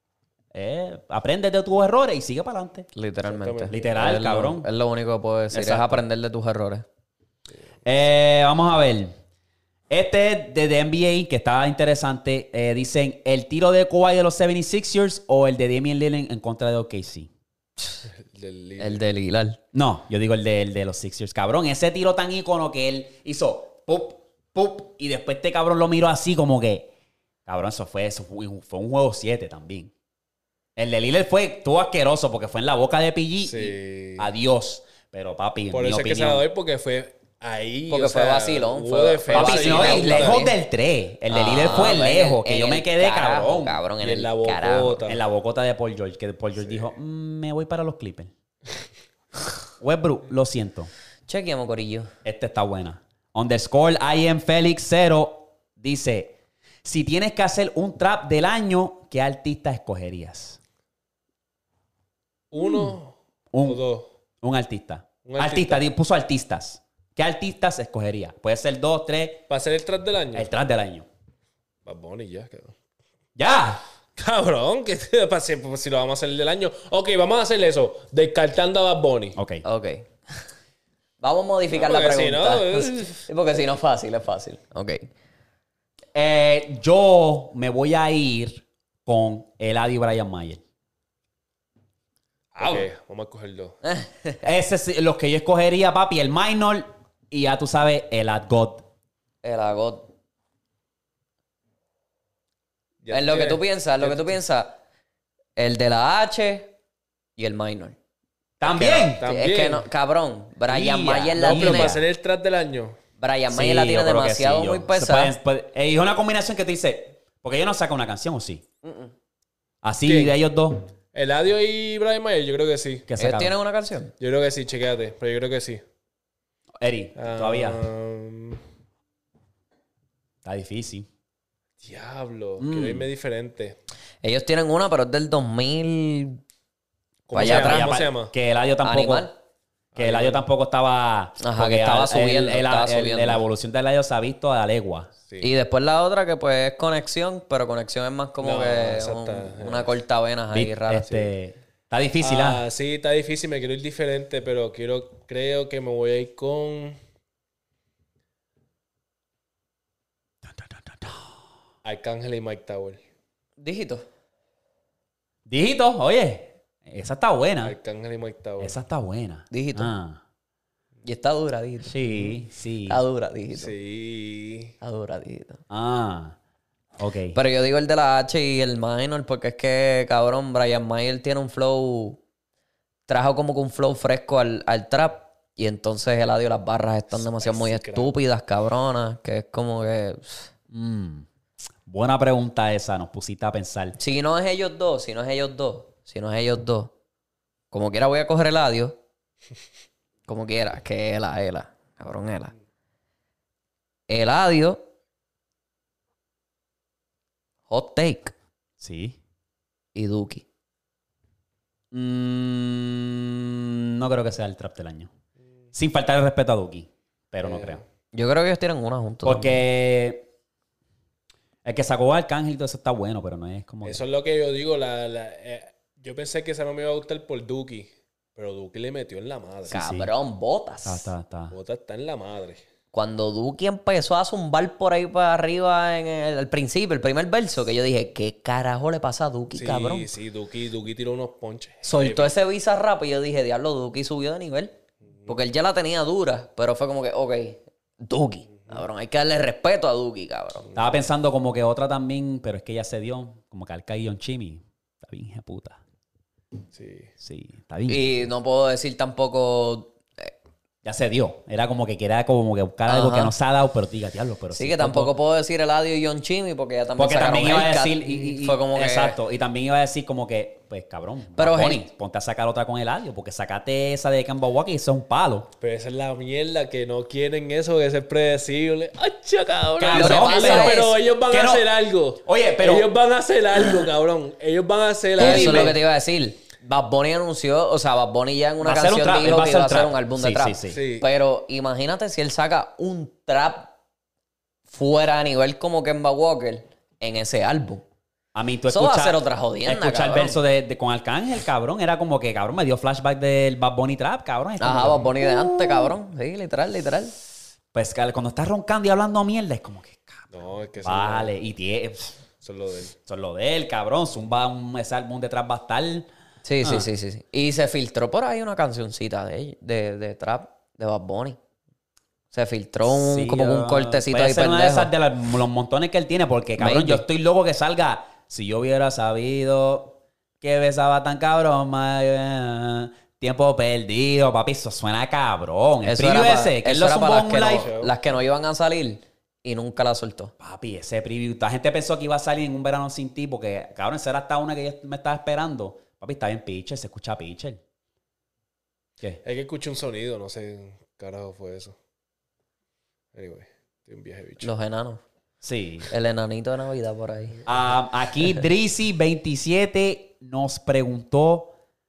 Eh, aprende de tus errores y sigue para adelante. Literalmente. Exactamente. Literal, Es lo- cabrón. Es lo único que puedo decir. Exacto. Es aprender de tus errores. Eh, vamos a ver. Este es de, de N B A, que está interesante. Eh, dicen, ¿el tiro de Kawhi de los setenta y seis ers o el de Damian Lillard en contra de O K C? Del- El de Lillard. No, yo digo el de, el de los Sixers. Cabrón, ese tiro tan ícono que él hizo, pup, pup, y después este cabrón lo miró así como que, cabrón, eso fue, eso fue, fue un juego siete también. El de Lillard fue, estuvo asqueroso porque fue en la boca de P G Sí. y adiós. Pero papi, en Por mi eso es que se opinión, la doy porque fue ahí. Porque o fue sea, vacilón, hubo fue- defensa fue papi, y no, vacilón, y la- lejos del tres. El de Ah, Lillard fue en el- lejos, que en yo me el quedé carajo, cabrón. cabrón, en Y en el la carajo. bocota. En la bocota de Paul George, que Paul George dijo, "Mm, me voy para los Clippers. Westbrook, lo siento. Chequeamos, corillo. Esta está buena. Underscore I am Félix cero dice, si tienes que hacer un trap del año, ¿qué artista escogerías? Uno Un- o dos. Un artista. Un artista. artista. di- puso artistas. ¿Qué artistas escogería? Puede ser dos, tres, ¿Para hacer el trap del año? el trap del año. Bad Bunny ya, cabrón. ¡Ya! Cabrón, que para si, pues, si lo vamos a hacer el del año. Ok, vamos a hacer eso. Descartando a Bad Bunny. Ok. Ok. Vamos a modificar No, la porque si pregunta. no, es- Sí, porque si no es fácil, es fácil. Ok. Eh, yo me voy a ir con Eladio Brian Mayer. Ok, vamos a coger dos. Ese es los que yo escogería, papi. El minor y ya tú sabes, el Ad God. El agot. Ya En lo que tienes- tú piensas, lo ya que tú tú- piensas, el de la H y el minor. También. También. Es que no, cabrón, Brian Ya, Mayer No, la pero tiene. para hacer el trap del año. Brian Sí, Mayer la yo tiene creo que demasiado sí, yo- muy se pesada. pueden- puede- eh, y es una combinación que te dice, porque ellos no sacan una canción, ¿o sí? Así ¿Quién? de ellos dos. Eladio y Brian Mayer, yo creo que sí. Que ¿Ellos sacaron. tienen una canción? Yo creo que sí, chequéate. Pero yo creo que sí. Eri, todavía. Um, Está difícil. Diablo, Mm. quiero irme diferente. Ellos tienen una, pero es del dos mil. ¿Cómo Vaya se llama? atrás. ¿Cómo se llama? Que Eladio tampoco... Animal. Que Eladio tampoco estaba... Ajá, porque que estaba el- subiendo, el- el- estaba el- subiendo. la evolución de Eladio se ha visto a legua. Sí. Y después la otra que pues es conexión, pero conexión es más como No, que esa un- está- una cortavenas ahí Vi- rara. Este, Está difícil, ¿ah? Ah, sí, está difícil. Me quiero ir diferente, pero quiero, creo que me voy a ir con Arcángel y Mike Tower. Dígito. Dígito, oye, esa está buena. Arcángel y Mike Tower. Esa está buena. Dígito. Ah, Y está dura, dígito. sí, sí. Está dura, dígito. Sí. Está dura, dígito. Ah, ok. Pero yo digo el de la H y el minor porque es que, cabrón, Brian Mayer tiene un flow... Trajo como que un flow fresco al, al trap. Y entonces Eladio las barras están demasiado muy Spicy crap. estúpidas, cabronas. Que es como que... Mm, buena pregunta esa, nos pusiste a pensar. Si no es ellos dos, si no es ellos dos, si no es ellos dos, como quiera voy a coger Eladio. Como quiera, que Ela, Ela, cabrón, Ela. Eladio. Hot Take Sí. y Duki. Mm, no creo que sea el trap del año. Sin faltar el respeto a Duki, pero no Eh, creo. Yo creo que ellos tienen una juntos. Porque el que sacó a Arcángel y todo eso está bueno, pero no es como... Eso es lo que yo digo. La, la, eh, yo pensé que esa no me iba a gustar por Duki. Pero Duki le metió en la madre. Sí, sí. Cabrón, botas. Está, está, está. Bota está en la madre. Cuando Duki empezó a zumbar por ahí para arriba en el, al principio, el primer verso, que yo dije, ¿qué carajo le pasa a Duki, Sí, cabrón? sí, Duki, Duki tiró unos ponches. Soltó ese visa rap y yo dije, diablo, Duki subió de nivel. Porque él ya la tenía dura, pero fue como que, ok, Duki, cabrón, hay que darle respeto a Duki, cabrón. Estaba pensando como que otra también, pero es que ya se dio, como que Alca y John Chimmy. Está bien, hija puta. Sí. Sí, está bien. Y no puedo decir tampoco... Ya se dio. Era como que quería como que buscar algo Ajá. que no se ha dado, pero diga, diablo, pero Sí, sí, que todo- tampoco puedo decir Eladio y John Chimmy porque ya también Porque sacaron también iba a Hellcat decir, y, y- fue como que... exacto, y también iba a decir como que, pues cabrón, Pero, Bad Bunny, hey. ponte a sacar otra con Eladio, porque sacaste esa de Kamba Walker y eso es un palo. Pero esa es la mierda, que no quieren eso, que es predecible. ¡Ay, cabrón! Cabrón, Lo que pasa pero, es pero ellos van que a no- hacer algo. Oye, pero- Ellos van a hacer algo, cabrón. Ellos van a hacer Eso algo. es lo que te iba a decir. Bad Bunny anunció, o sea, Bad Bunny ya en una Va a ser un canción trap, él dijo va a que hacer iba a hacer trap. un álbum de Sí, trap. sí, sí. Sí. Pero imagínate si él saca un trap fuera a nivel como Kemba Walker en ese álbum. A mí tú Eso va a escuchas- ser otra jodienda, Escuchar el cabrón. verso de, de- con Arcángel, cabrón, era como que, cabrón, me dio flashback del Bad Bunny Trap, cabrón. Es como Ajá, que- Bad Bunny de antes, cabrón. Sí, literal, literal. Pues que cuando estás roncando y hablando mierda, es como que, cabrón, No, es que eso, vale, y tiene, eso es lo de él. eso es lo de él, cabrón, Zumba, un, ese álbum de trap va a estar... Sí, sí, Ah. sí, sí, sí. Y se filtró por ahí una cancioncita de, de, de trap de Bad Bunny. Se filtró un, Sí, como que un ah, cortecito puede ahí ser una de pendejo. esas de las- los montones que él tiene, porque cabrón, Maybe. yo estoy loco que salga. Si yo hubiera sabido que besaba tan cabrón, ma- tiempo perdido, papi, eso suena cabrón. El Eso preview era pa- ese, que él eso lo era zumbó para en las un que, live. no, las que no iban a salir y nunca la soltó. Papi, ese preview, la gente pensó que iba a salir en un verano sin ti, porque cabrón, esa era hasta una que yo me estaba esperando. Papi, está bien pitcher, se escucha pitcher. ¿Qué? Es que escuché un sonido, no sé qué carajo fue eso. Anyway, estoy un viaje bicho. Los enanos. Sí. El enanito de Navidad por ahí. Ah, aquí Drizzy veintisiete nos preguntó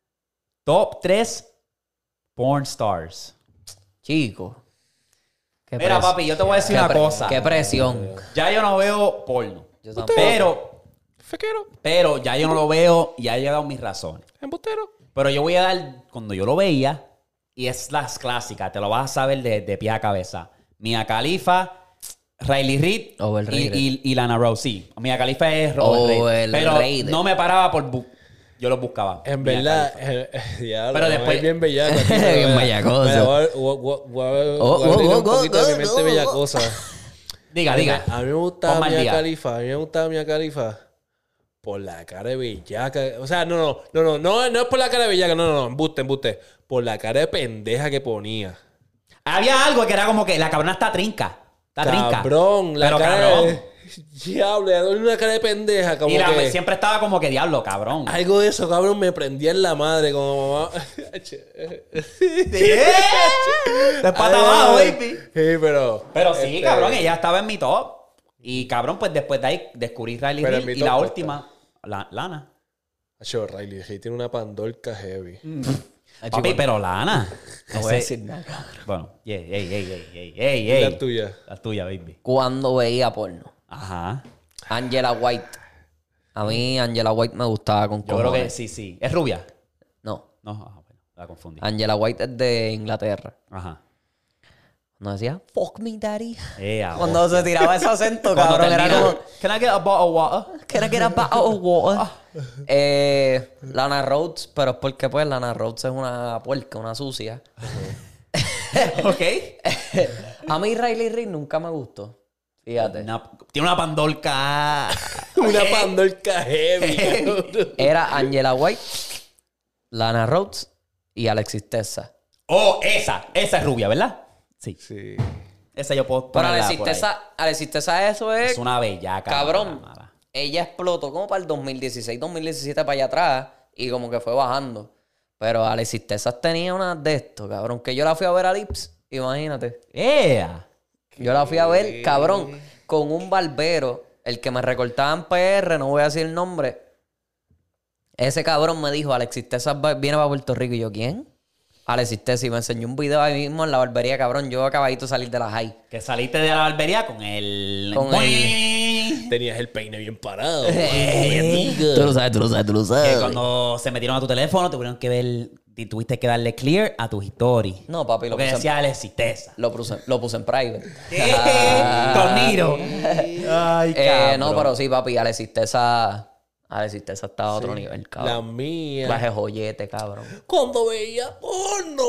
top tres porn stars. Chico. Qué Mira, pres- papi, yo te voy a decir qué una pre- cosa. Qué presión. Ya yo no veo porno. Yo tampoco. Pero, Fequero, pero ya yo no lo veo y ha llegado mis razones. embustero. Pero yo voy a dar, cuando yo lo veía, y es las clásicas, te lo vas a saber de, de pie a cabeza. Mia Khalifa, Riley Reid y, Overrated. y, y Lana Rose. Sí, Mia Khalifa es Overrated. Pero no me paraba por... bu- yo los buscaba. En Mia verdad, Khalifa. eh, eh, ya, Pero la después- mujer bien bellaca. aquí, Bien mira, bellacosa. mira, voy a- voy a- voy a- voy a Oh, abrir oh, un oh, poquito oh, de mi mente oh, bellacosa. Diga, diga. A mí me gustaba Ponme al Mia día. Khalifa. A mí me gustaba Mia Khalifa por la cara de bellaca. O sea, no, no, no, no, no, no es por la cara de bellaca. No, no, no, embuste, embuste. Por la cara de pendeja que ponía. Había algo que era como que la cabrona está trinca. Está trinca. Cabrón, la Pero cara cabrón. de... Diablo, le doy una cara de pendeja. Como Y la- que... siempre estaba como que diablo, cabrón. Algo de eso, cabrón, me prendía en la madre como mamá. De pata abajo, baby. Sí, pero... Pero sí, este, cabrón, ella estaba en mi top. Y cabrón, pues después de ahí descubrí Riley Pero Reid. en mi Y la top última, la, Lana. Acho, Riley Reid tiene una pandorca heavy. Papi, pero Lana. No voy a Ese- decir nada, cabrón. Bueno, ey, ey, ey, ey, ey, ey, ¿Y ey. la tuya? La tuya, baby. Cuando veía porno. Ajá. Angela White. A mí Angela White me gustaba con Yo creo que cojones. sí, sí. ¿Es rubia? No. No, ah, bueno, la confundí. Angela White es de Inglaterra. Ajá. No decía, fuck me, daddy. Eh, ah, Cuando se tiraba ese acento, Cuando cabrón, era termina, como... Can I get a bottle of water? Can I get a bottle of water? eh, Lana Rhodes, pero es porque pues Lana Rhodes es una puerca, una sucia. Ok. A mí Riley Reid nunca me gustó. Fíjate. Una- tiene una pandorca. Una pandorca heavy, cabrón. Era Angela White, Lana Rhodes y Alexis Tessa. Oh, esa. Esa es rubia, ¿verdad? Sí. Sí. Esa yo puedo Pero ponerla Alexis por ahí. Tessa, Alexis Tessa eso es... Es una bellaca. Cabrón, mala, mala. ella explotó como para el dos mil dieciséis, dos mil diecisiete para allá atrás y como que fue bajando. Pero Alexis Tessa tenía una de esto, cabrón, que yo la fui a ver a Lips, imagínate. ¡Ea! Yo la fui a ver, cabrón, con un barbero, el que me recortaba en P R, no voy a decir el nombre. Ese cabrón me dijo, Alexis Tessa va- viene para Puerto Rico. Y yo, ¿quién? Alexis Tessa. Y me enseñó un video ahí mismo en la barbería, cabrón. Yo acabadito de salir de la high. Que saliste de la barbería con el... Con Tenías el peine bien parado. Tú lo sabes, tú lo sabes, tú lo Que sabes. cuando se metieron a tu teléfono, tuvieron que ver... Y tuviste que darle clear a tus stories. No, papi, lo Lo que puse, decía Alexis Tessa. lo puse, lo puse en private. Torniro. Ay, Eh, no, cabrón. pero sí, papi, Alexis Tessa... Alexis Tessa está a otro nivel, La cabrón. mía. Baje joyete, cabrón. Cuando veía porno.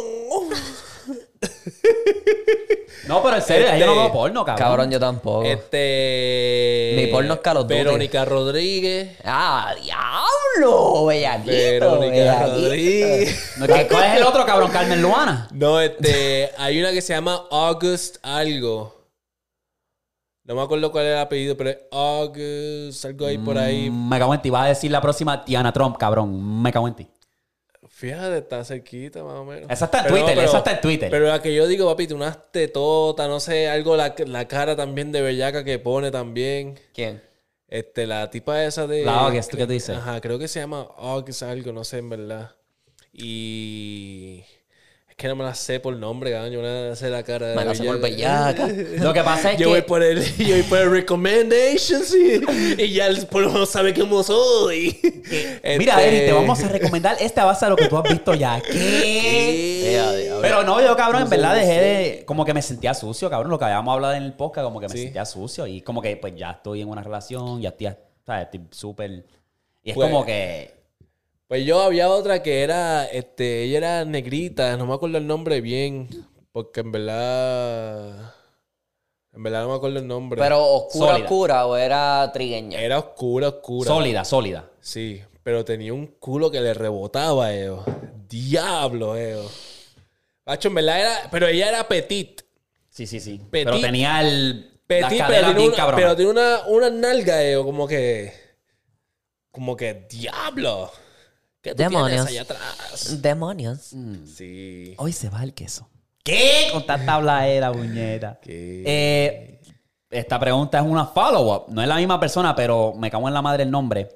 No, pero en serio, Este- yo no veo porno, cabrón. Cabrón, yo tampoco. Este. Mi porno es Call of Duty. Verónica Rodríguez. ¡Ah, diablo! Bellaquito, Verónica bellaquito. Rodríguez. No, ¿qué- ¿Cuál es el otro, cabrón? Carmen Luana. No, este. Hay una que se llama August algo. No me acuerdo cuál era el apellido, pero es August, algo ahí por ahí. Mm, Me cago en ti. Vas a decir la próxima Tiana Trump, cabrón. Me cago en ti. Fíjate, está cerquita más o menos. Esa está en Pero Twitter, pero- esa está en Twitter. Pero la que yo digo, papi, tú unas tetotas, no sé, algo, la, la cara también de bellaca que pone también. ¿Quién? Este, la tipa esa de... La August, ¿qué tú dices? Ajá, creo que se llama August algo, no sé, en verdad. Y... Es que no me la sé por nombre, cabrón. Yo me sé la cara de Me la sé por bellaca. Lo que pasa es Yo que... voy por el, yo voy por el recommendations y, y ya el pueblo sabe cómo soy. Mira, Este- Eri, te vamos a recomendar esta base a lo que tú has visto ya. ¿Qué? Ea, diablo. Pero no, yo, cabrón, en No sé, verdad no dejé sé. de... Como que me sentía sucio, cabrón. Lo que habíamos hablado en el podcast, como que me Sí. sentía sucio. Y como que, pues, ya estoy en una relación, ya estoy, ¿sabes? Estoy súper... Y es Pues- como que... Pues yo había otra que era, este, ella era negrita, no me acuerdo el nombre bien, porque en verdad, en verdad no me acuerdo el nombre. ¿Pero oscura, Sólida. oscura o era trigueña? Era oscura, oscura. Sólida, sólida. Sí, pero tenía un culo que le rebotaba, Eo. Diablo, Eo. Macho, en verdad era, pero ella era petit. Sí, sí, sí. Petit. Pero tenía el... las Petit, pero caderas tiene bien una, cabronas. pero tiene una, una nalga, Eo, como que, como que, diablo. ¿Qué tú Demonios. tienes allá atrás? Demonios. Sí. Hoy se va el queso. ¿Qué? Con tanta habladera, puñeta. ¿Qué? Eh, esta pregunta es una follow-up. No es la misma persona, pero me cago en la madre el nombre.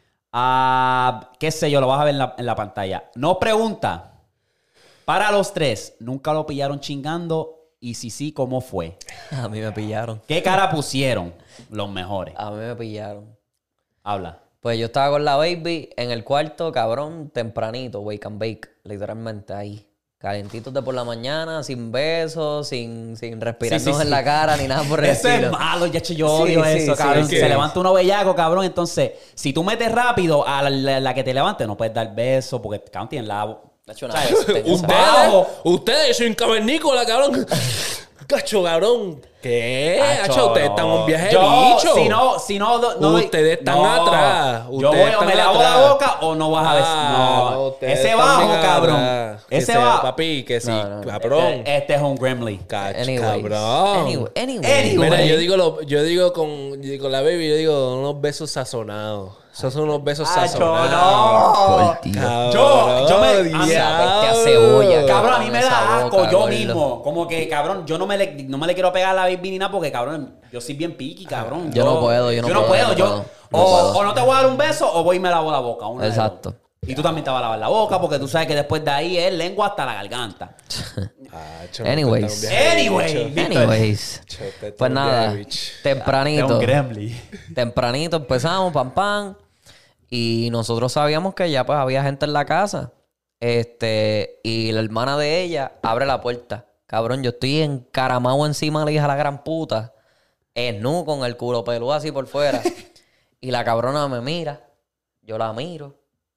Ah, qué sé yo, lo vas a ver en la, en la pantalla. Nos pregunta, para los tres, ¿nunca lo pillaron chingando? Y si sí, ¿cómo fue? A mí me pillaron. ¿Qué cara pusieron los mejores? A mí me pillaron. Habla. Pues yo estaba con la baby en el cuarto, cabrón, tempranito, wake and bake, literalmente ahí. Calentitos de por la mañana, sin besos, sin, sin respirarnos Sí, sí, sí. en la cara ni nada por el Eso es estilo. malo, ya yo Sí, odio sí, eso, sí, cabrón. es Si que- se levanta uno bellaco, cabrón. Entonces, si tú metes rápido a la, la- la que te levante, no puedes dar beso porque, cabrón, tienen la... Nacho, una ¿sabes? peste, Un esa. bajo. Ustedes, ustedes, yo soy un cavernícola, cabrón. Cacho, cabrón. ¿Qué? Acho, Hacho, ustedes no. están en un viaje de Yo, bicho. Si no, si no, no- no- Ustedes están no. atrás. Yo Ustedes voy o están me lavo atrás. la boca o no vas a ver. Ah, no. ustedes Ese están bajo, bien cabrón. atrás. Que Ese se- bajo. Papi, que sí, No, no. cabrón. Este, este es un gremlin. Cacho, Anyways. cabrón. Anyway, anyway. Anyway. Mira, yo digo, lo, yo digo con, yo digo con la baby, yo digo unos besos sazonados. Esos son unos besos ¡Acho, sazonados. no! Por Dios. Cabrón, Yo- yo me- a mí- diablo. Bestia cebolla, Cabrón, a mí Con me esa da asco boca, yo gordo. mismo. Como que, cabrón, yo no me le, no me le quiero pegar a la baby ni nada porque, cabrón, yo soy bien piqui, cabrón. Yo no puedo, yo no puedo, puedo, no yo- puedo, no o, puedo. o no te voy a dar un beso o voy y me lavo la boca. una de dos. Exacto. Y tú también te vas a lavar la boca porque tú sabes que después de ahí es lengua hasta la garganta. Acho, Anyways. me falta un viaje Anyway. de bicho. Anyways. Acho, te- te- Pues un nada, viaje de bicho. tempranito. gremlin. Tempranito empezamos, pam, pam. Y nosotros sabíamos que ya pues había gente en la casa. Este, y la hermana de ella abre la puerta. Cabrón, yo estoy encaramado encima de la hija de la gran puta. Esnú con el culo peludo así por fuera. Y la cabrona me mira. Yo la miro.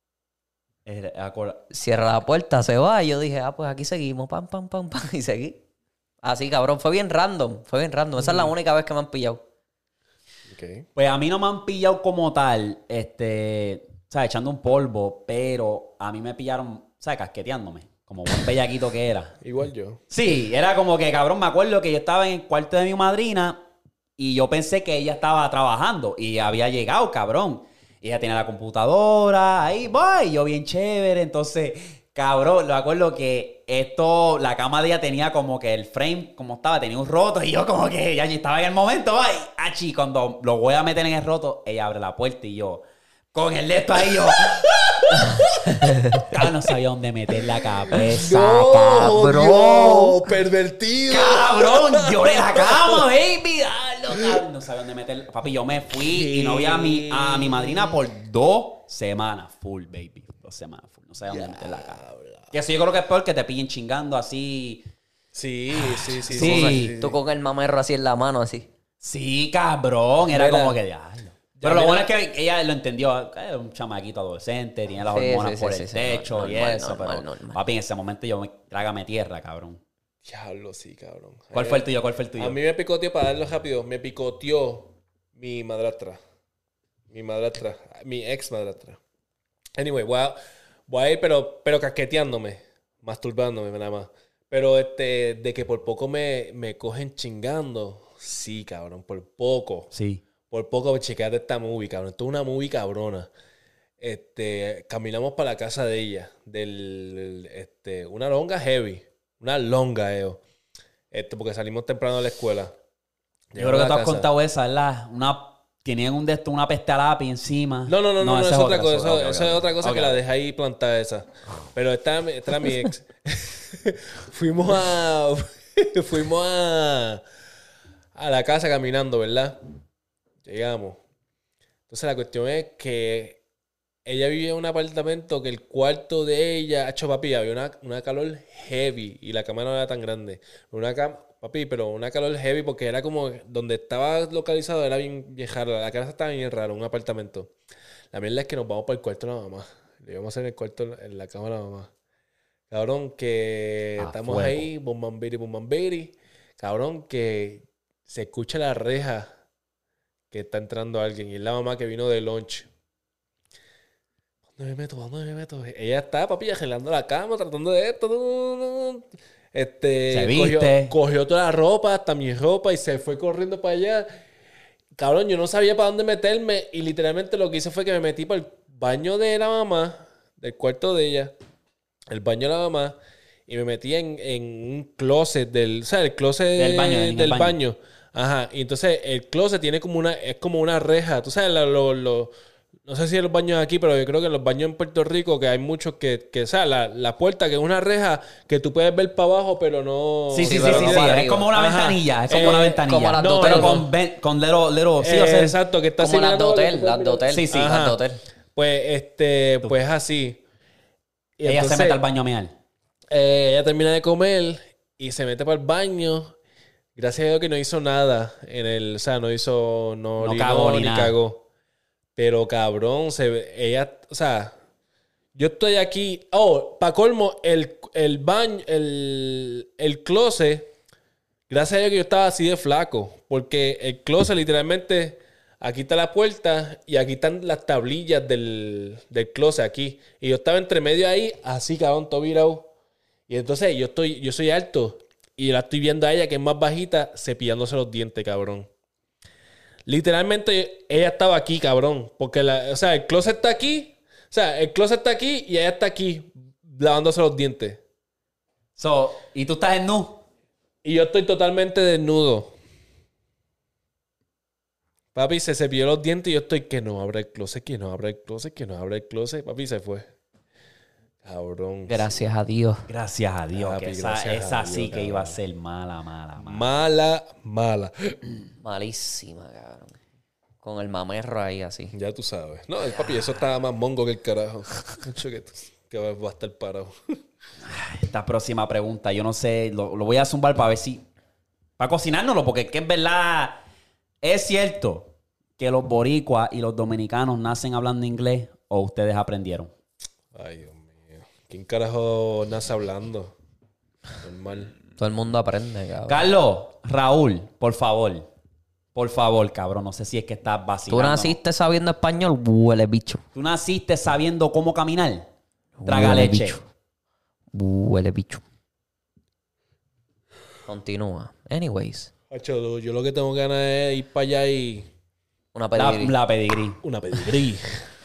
Cierra la puerta, se va. Y yo dije, ah, pues aquí seguimos. Pam, pam, pam, pam. Y seguí. Así, cabrón. Fue bien random. Fue bien random. Esa es la única vez que me han pillado. Ok. Pues a mí no me han pillado como tal, este, o sea, echando un polvo, pero a mí me pillaron, ¿sabes? Casqueteándome, como buen bellaquito que era. Igual yo. Sí, era como que, cabrón, me acuerdo que yo estaba en el cuarto de mi madrina y yo pensé que ella estaba trabajando y había llegado, cabrón. Y ella tenía la computadora, ahí voy, yo bien chévere. Entonces, cabrón, me acuerdo que esto, la cama de ella tenía como que el frame, como estaba, tenía un roto. Y yo como que ya estaba en el momento, ay, achi, cuando lo voy a meter en el roto, ella abre la puerta y yo, con el de esto ahí, yo... Cabrón, no sabía dónde meter la cabeza, cabrón. Dios, pervertido. Cabrón, lloré la cama, baby. Dalo, cabrón. No sabía dónde meter. Papi, yo me fui y no vi a mi, a mi madrina por dos semanas full, baby. Dos semanas full. No sabía dónde meter la cama. Y eso yo creo que es peor que te pillen chingando así. Sí, sí, sí. Sí. Tú con el mamerro así en la mano, así. Sí, cabrón. Era Mira. como que diablo. Pero lo mira. bueno es que ella lo entendió. Era un chamaquito adolescente, tenía las Sí, hormonas sí, por sí, el sí, sí. techo y Normal, eso. normal, pero, normal. papi, en ese momento yo me trágame tierra, cabrón. Diablo, sí, cabrón. ¿Cuál fue el tuyo? ¿Cuál fue el tuyo? A mí me picoteó, para darlo rápido, me picoteó mi madrastra. Mi madrastra. Mi ex madrastra. Anyway, voy a, voy a ir, pero, pero casqueteándome. Masturbándome, nada más. Pero este, de que por poco me, me cogen chingando. Sí, cabrón, por poco. Sí. Por poco, chequeate esta movie, cabrón. Esto es una movie cabrona. Este, caminamos para la casa de ella. Del, este, una longa heavy. Una longa, eo. Este, porque salimos temprano de la escuela. Yo Llegamos creo que a tú la has casa. contado esa, ¿verdad? Una, tenían un de esto, una peste a lápiz encima. No, no, no, no, no, esa es otra otra, cosa. esa- Eso, ok, eso ok, es ok. otra cosa Ok. que la dejé ahí plantada esa. Pero esta, esta era mi ex. Fuimos a... Fuimos a... A la casa caminando, ¿verdad? Llegamos. Entonces la cuestión es que ella vivía en un apartamento que el cuarto de ella, hecho papi, había una, una calor heavy y la cama no era tan grande. Una cama, papi, pero una calor heavy porque era como donde estaba localizado era bien, bien raro. La casa estaba bien rara, un apartamento. La mierda es que nos vamos para el cuarto de la mamá. Le íbamos a hacer en el cuarto, en la cama de la mamá. Cabrón, que A estamos fuego. ahí, bombambiri, bombambiri. Cabrón, que se escucha la reja que está entrando alguien y es la mamá que vino de lunch. ¿Dónde me meto? ¿Dónde me meto? Ella está, papi, arreglando la cama, tratando de esto. Este, Se cogió, viste. cogió toda la ropa, hasta mi ropa y se fue corriendo para allá. Cabrón, yo no sabía para dónde meterme y literalmente lo que hice fue que me metí para el baño de la mamá, del cuarto de ella, el baño de la mamá, y me metí en, en un closet del, o sea, el closet Del baño, en el del baño. baño. Ajá, y entonces el closet tiene como una, es como una reja, tú sabes, lo, lo, lo- no sé si en los baños aquí, pero yo creo que en los baños en Puerto Rico, que hay muchos que, que o sea, la, la puerta que es una reja que tú puedes ver para abajo, pero no... Sí, sí, sí, pero sí, no sí. para Es arriba. como una Ajá. ventanilla. Es como Eh, una ventanilla. como las no, de pero hotel, con, ven- con little, little, sí, Eh, o sea, exacto, que está Como las de mirando- hotel, las de hotel. Sí, sí. Las Ajá. de hotel. Pues, este, pues así. Y ella entonces, se mete al baño a mear. eh, ella termina de comer y se mete para el baño. Gracias a Dios que no hizo nada en el, o sea, no hizo, no, No orinó, cagó ni ni nada. cagó. Pero cabrón, se ve- ella, o sea, yo estoy aquí. Oh, para colmo, el, el baño, el, el closet, gracias a Dios que yo estaba así de flaco. Porque el closet literalmente, aquí está la puerta y aquí están las tablillas del, del closet aquí. Y yo estaba entre medio ahí, así cabrón, todo virado. Y entonces yo estoy, yo soy alto y la estoy viendo a ella que es más bajita, cepillándose los dientes, cabrón. Literalmente ella estaba aquí, cabrón. Porque, la, o sea, el closet está aquí. O sea, el closet está aquí y ella está aquí lavándose los dientes. So, ¿y tú estás en nu? Y yo estoy totalmente desnudo. Papi se cepilló los dientes y yo estoy que no abre el closet, que no abre el closet, que no abre el closet. Papi se fue. Cabrón. Gracias a Dios. Gracias a Dios. Papi, que esa gracias a esa Dios, sí que cabrón. iba a ser mala, mala, mala. Mala, mala. Malísima, cabrón. Con el mamerro ahí así. Ya tú sabes. No, papi, eso estaba más mongo que el carajo. Mucho que, que va, va a estar parado. Esta próxima pregunta, yo no sé, lo, lo voy a zumbar para ver si... Para cocinárnoslo, porque es que en verdad es cierto que los boricuas y los dominicanos nacen hablando inglés o ustedes aprendieron. Ay, Dios mío. ¿Quién carajo nace hablando? Normal. Todo el mundo aprende, cabrón. Carlos, Raúl, por favor. Por favor, cabrón. No sé si es que estás ¿Tú vacilando. naciste sabiendo español? Huele bicho. ¿Tú naciste sabiendo cómo caminar? Traga Huele leche. bicho. Huele bicho. Continúa. Anyways. Hacho, yo lo que tengo ganas es ir para allá y... Una La, pedigrí. la pedigrí. Una pedigrí.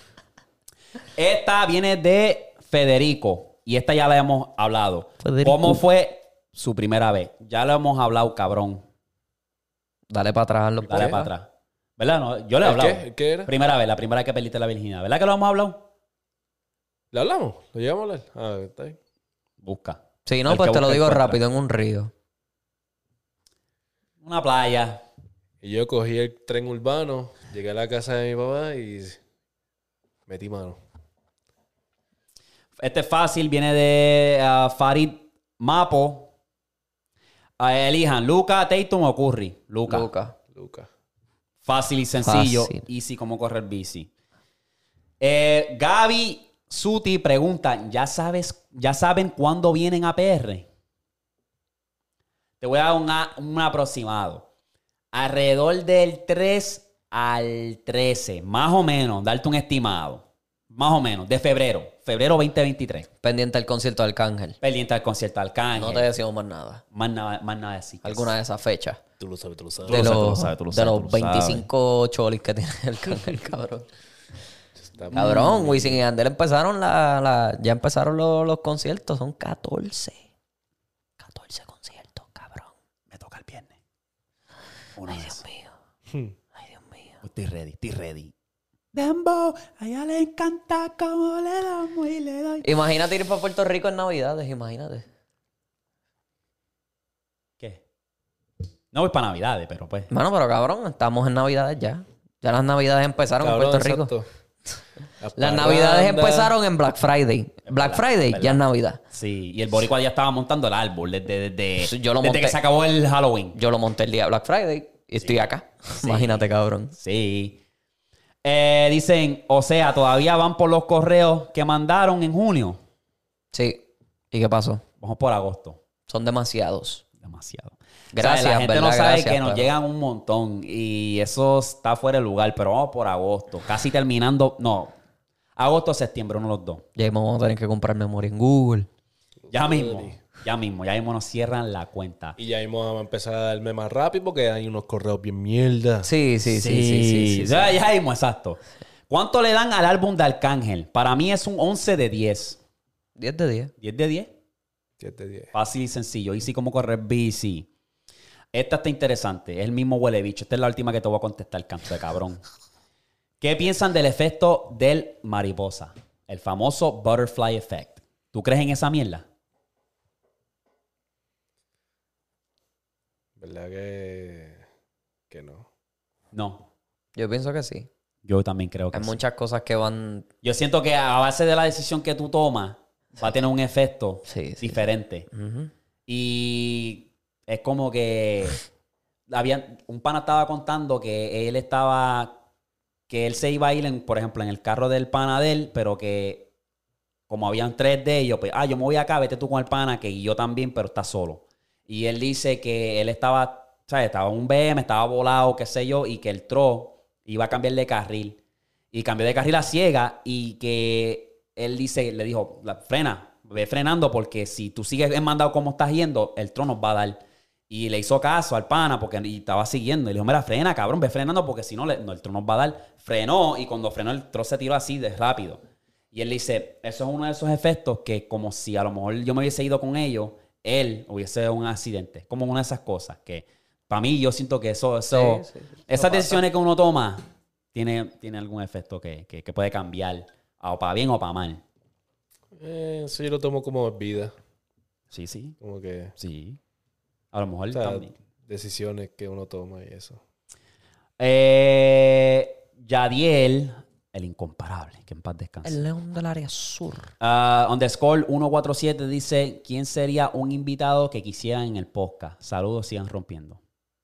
Esta viene de Federico. Y esta ya la hemos hablado. Federico. ¿Cómo fue su primera vez? Ya lo hemos hablado, cabrón. Dale para atrás. Los Dale ¿Qué? para atrás. ¿Verdad? No, yo le he ¿El hablado. qué? ¿El qué era? Primera vez, la primera vez que perdiste la virginidad. ¿Verdad que lo hemos hablado? ¿Le hablamos? ¿Lo llevamos a hablar? Ah, está ahí. Busca. Sí, no, El pues que te lo busca digo encuentra. rápido en un río. Una playa. Y yo cogí el tren urbano, llegué a la casa de mi papá y metí mano. Este es fácil. Viene de uh, Farid Mapo. Uh, elijan Luca, Tatum o Curry. Luca. Luca. Lucas. Fácil y sencillo. Fácil. Easy como correr bici. Eh, Gaby Suti pregunta, ¿ya sabes, ya saben cuándo vienen a P R? Te voy a dar una- un aproximado. Alrededor del tres al trece, más o menos, darte un estimado. Más o menos, de febrero. Febrero veinte veintitrés. Pendiente del concierto de Arcángel. Pendiente al concierto de Arcángel. No te decimos más nada. Más nada, más nada de así. Alguna de esas fechas. Tú lo sabes, tú lo sabes. De lo sabes, tú lo los, sabes, tú lo de sabes, los tú lo sabes. veinticinco cholis que tiene Arcángel, cabrón. Está- Cabrón, Wisin y Yandel empezaron la, la... Ya empezaron los, los conciertos. Son catorce. catorce conciertos, cabrón. Me toca el viernes. Uno Ay, de Dios esos. mío. Hmm. Ay, Dios mío. Estoy ready, estoy ready. Dembo, a ella le encanta cómo le damos y le doy. Imagínate ir para Puerto Rico en Navidades, imagínate. ¿Qué? No voy para Navidades, pero pues. Bueno, pero cabrón, estamos en Navidades ya. Ya las Navidades empezaron Cabrón, en Puerto Rico. exacto. Las Navidades parrandas. empezaron en Black Friday. Black verdad, Friday verdad. ya es Navidad. Sí, y el boricua ya estaba montando el árbol desde, desde, Yo lo desde monté. que se acabó el Halloween. Yo lo monté el día de Black Friday y estoy acá. Imagínate, cabrón. Sí. Eh, dicen, o sea, todavía van por los correos que mandaron en junio. Sí. ¿Y qué pasó? Vamos por agosto. Son demasiados. Demasiado. Gracias, O sea, la gente no ¿verdad? sabe Gracias, que nos pero- llegan un montón y eso está fuera de lugar, pero vamos por agosto. Casi terminando, no, agosto o septiembre, uno de los dos. Ya mismo vamos a tener que comprar memoria en Google. Ya mismo, ya mismo, ya mismo nos cierran la cuenta. Y ya mismo vamos a empezar a darme más rápido porque hay unos correos bien mierda. Sí, sí, sí, sí, sí, sí, sí. Ya, ya mismo, exacto. ¿Cuánto le dan al álbum de Arcángel? Para mí es un once de diez. diez de diez. ¿diez de diez? siete diez. Fácil y sencillo. Easy como correr bici. Esta está interesante. Es el mismo huele bicho. Esta es la última que te voy a contestar, canto de cabrón. ¿Qué piensan del efecto del mariposa? El famoso butterfly effect. ¿Tú crees en esa mierda? ¿Verdad que, que no? No. Yo pienso que sí. Yo también creo que Hay sí. muchas cosas que van... Yo siento que a base de la decisión que tú tomas, va a tener un efecto Sí, sí. diferente. Ujú. Y es como que había, un pana estaba contando que él estaba, que él se iba a ir, en, por ejemplo, en el carro del pana de él, pero que como habían tres de ellos, pues, ah, yo me voy acá, vete tú con el pana, que yo también, pero está solo. Y él dice que él estaba, ¿sabes? Estaba en un B M, estaba volado, qué sé yo, y que el tro iba a cambiar de carril. Y cambió de carril a ciega y que él dice, le dijo, la, frena, ve frenando porque si tú sigues mandado como estás yendo, el tro nos va a dar. Y le hizo caso al pana porque y estaba siguiendo. Y le dijo, mira, frena, cabrón, ve frenando porque si no, le, no el tro nos va a dar. Frenó y cuando frenó el tro se tiró así de rápido. Y él le dice, eso es uno de esos efectos que como si a lo mejor yo me hubiese ido con ellos, él hubiese dado un accidente. Como una de esas cosas que para mí yo siento que eso, eso Sí, sí, sí. esas Eso decisiones que uno toma tiene, tiene algún efecto que, que, que puede cambiar o para bien o para mal. Eh, eso yo lo tomo como vida. Sí, sí, Como que... sí. A lo mejor O sea, también. decisiones que uno toma y eso. Eh, Yadiel, el incomparable, que en paz descanse. El león del área sur. Uh, underscore ciento cuarenta y siete dice, ¿quién sería un invitado que quisieran en el podcast? Saludos, sigan rompiendo.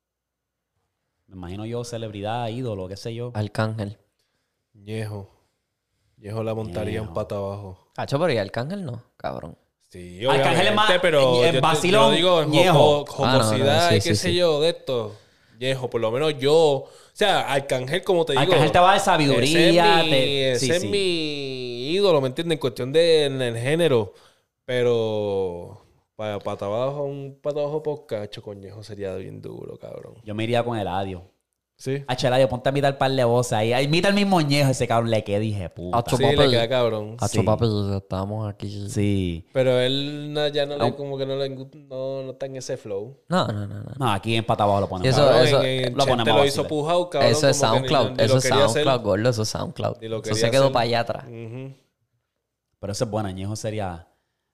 Me imagino yo, celebridad, ídolo, qué sé yo. Arcángel. Ñejo. Ñejo la montaría Ñejo. un pata abajo. Cacho, pero ¿y Arcángel no? Cabrón. Sí, Arcángel es más- obviamente, pero eh, yo, vacilón, yo digo en Ñejo. joco- Ah, no, no, jocosidad sí, y qué sí, sé sí. yo de esto. Ñejo, por lo menos yo... O sea, Arcángel, como te digo... Arcángel te va a dar sabiduría. Ese es mi, te- ese sí, es sí. mi ídolo, ¿me entiendes? En cuestión del el género. Pero... Para pata abajo, un pata abajo podcast, Chocoñejo sería bien duro, cabrón. Yo me iría con Eladio. Sí. H, Eladio, ponte a imitar un par de voces ahí. Imita el mismo Ñejo, ese cabrón le queda, dije, puta. Acho, Sí, papi. le queda cabrón. Cacho, Sí. papi, estamos aquí. Sí. Pero él no- ya no le, Au. como que no le no, no está en ese flow. No, no, no, no. No, aquí en Pata Abajo lo ponemos. Y eso- Cabrón, eso- en, en lo Chente ponemos lo a hizo vacilar. Pujao, cabrón. Eso es como que ni- SoundCloud. ni lo Eso es quería hacer. SoundCloud, gordo. Eso es SoundCloud. Ni lo Eso quería se quedó hacer. para allá atrás. Ujú. Pero eso es bueno. Ñejo sería...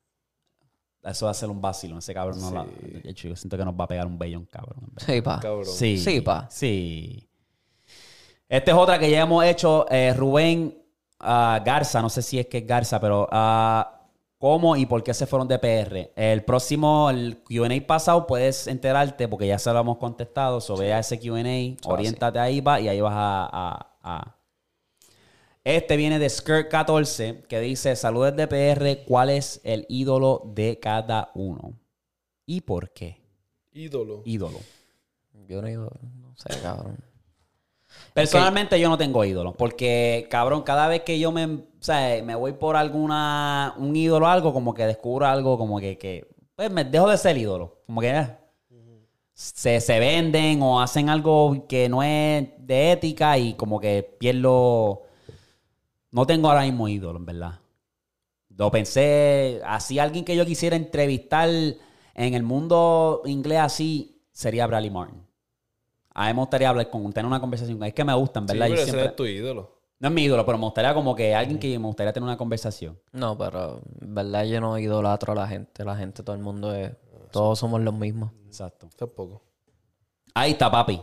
Eso va a ser un vacilo. Ese cabrón no la... De hecho, yo siento que nos va a pegar un bellón, cabrón. en verdad. Sí, pa. Cabrón. Sí. Sí, pa. Sí. Esta es otra que ya hemos hecho. eh, Rubén ah, Garza, no sé si es que es Garza, pero ah, ¿cómo y por qué se fueron de P R? El próximo, el Q and A pasado, puedes enterarte porque ya se lo hemos contestado. So, ve a ese Q and A, oriéntate ahí va, y ahí vas a, a- a- Este viene de Skirt catorce, que dice, saludos de P R, ¿cuál es el ídolo de cada uno? ¿Y por qué? Ídolo. Ídolo. Yo no digo, no sé, cabrón. Personalmente yo no tengo ídolo, porque cabrón, cada vez que yo me, o sea, me voy por alguna, un ídolo o algo, como que descubro algo, como que, que pues me dejo de ser ídolo, como que eh, se, se venden o hacen algo que no es de ética y como que pierdo, no tengo ahora mismo ídolo, en verdad. Lo pensé, así alguien que yo quisiera entrevistar en el mundo inglés así, sería Bradley Martin. A mí me gustaría hablar con, tener una conversación. Es que me gustan, Sí, ¿verdad? Y pero ese siempre- es tu ídolo. No es mi ídolo, pero me gustaría como que alguien que me gustaría tener una conversación. No, pero en verdad yo no idolatro a la gente. La gente, todo el mundo es... Todos somos los mismos. Exacto. Tampoco. Ahí está, papi.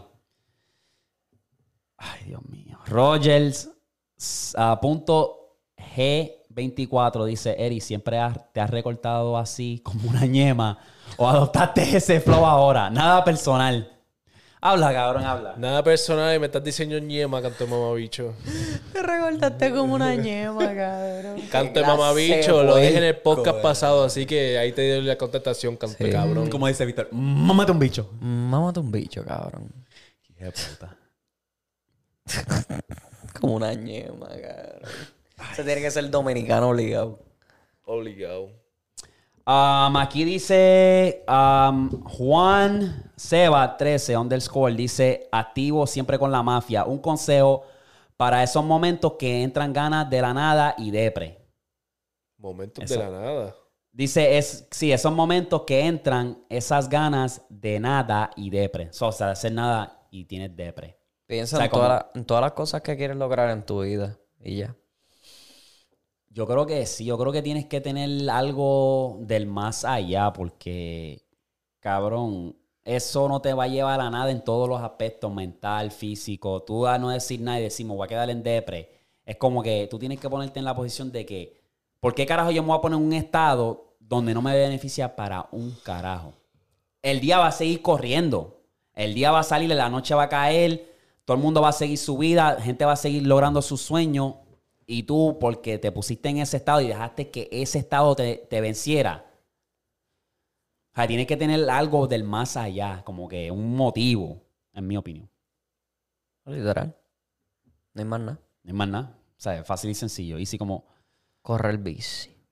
Ay, Dios mío. Rogers, a punto G veinticuatro dice, Eri, ¿siempre has- te has recortado así como una ñema o adoptaste ese flow ahora? Nada personal. Habla, cabrón, habla. Nada personal y me estás diciendo ñema, canto de mamabicho. Te recortaste como una ñema, cabrón. Canto de clase mamabicho, lo dije en el puerco, podcast eh. pasado, así que ahí te doy la contestación, canto de Sí. cabrón. Como dice Víctor, mámate un bicho. Mámate un bicho, cabrón. Qué puta. Como una ñema, cabrón. Eso tiene que ser dominicano obligado. Obligado. Um, aquí dice um, Juan Seba trece underscore dice activo siempre con la mafia. Un consejo para esos momentos que entran ganas de la nada y depre. Momentos Eso. de la nada. Dice, es, sí, esos momentos que entran esas ganas de nada y depre. So, o sea, de hacer nada y tienes depre. Piensa O sea, en, como- todas las- en todas las cosas que quieres lograr en tu vida. Y ya. Yo creo que sí, yo creo que tienes que tener algo del más allá porque, cabrón, eso no te va a llevar a nada en todos los aspectos, mental, físico. Tú a no decir nada y decir, me voy a quedar en depre. Es como que tú tienes que ponerte en la posición de que, ¿por qué carajo yo me voy a poner en un estado donde no me beneficia para un carajo? El día va a seguir corriendo. El día va a salir, la noche va a caer, todo el mundo va a seguir su vida, gente va a seguir logrando sus sueños. Y tú, porque te pusiste en ese estado y dejaste que ese estado te, te venciera. O sea, tienes que tener algo del más allá, como que un motivo, en mi opinión. Literal. No hay más nada. No es más nada. O sea, es fácil y sencillo. Y sí como... Correr bici.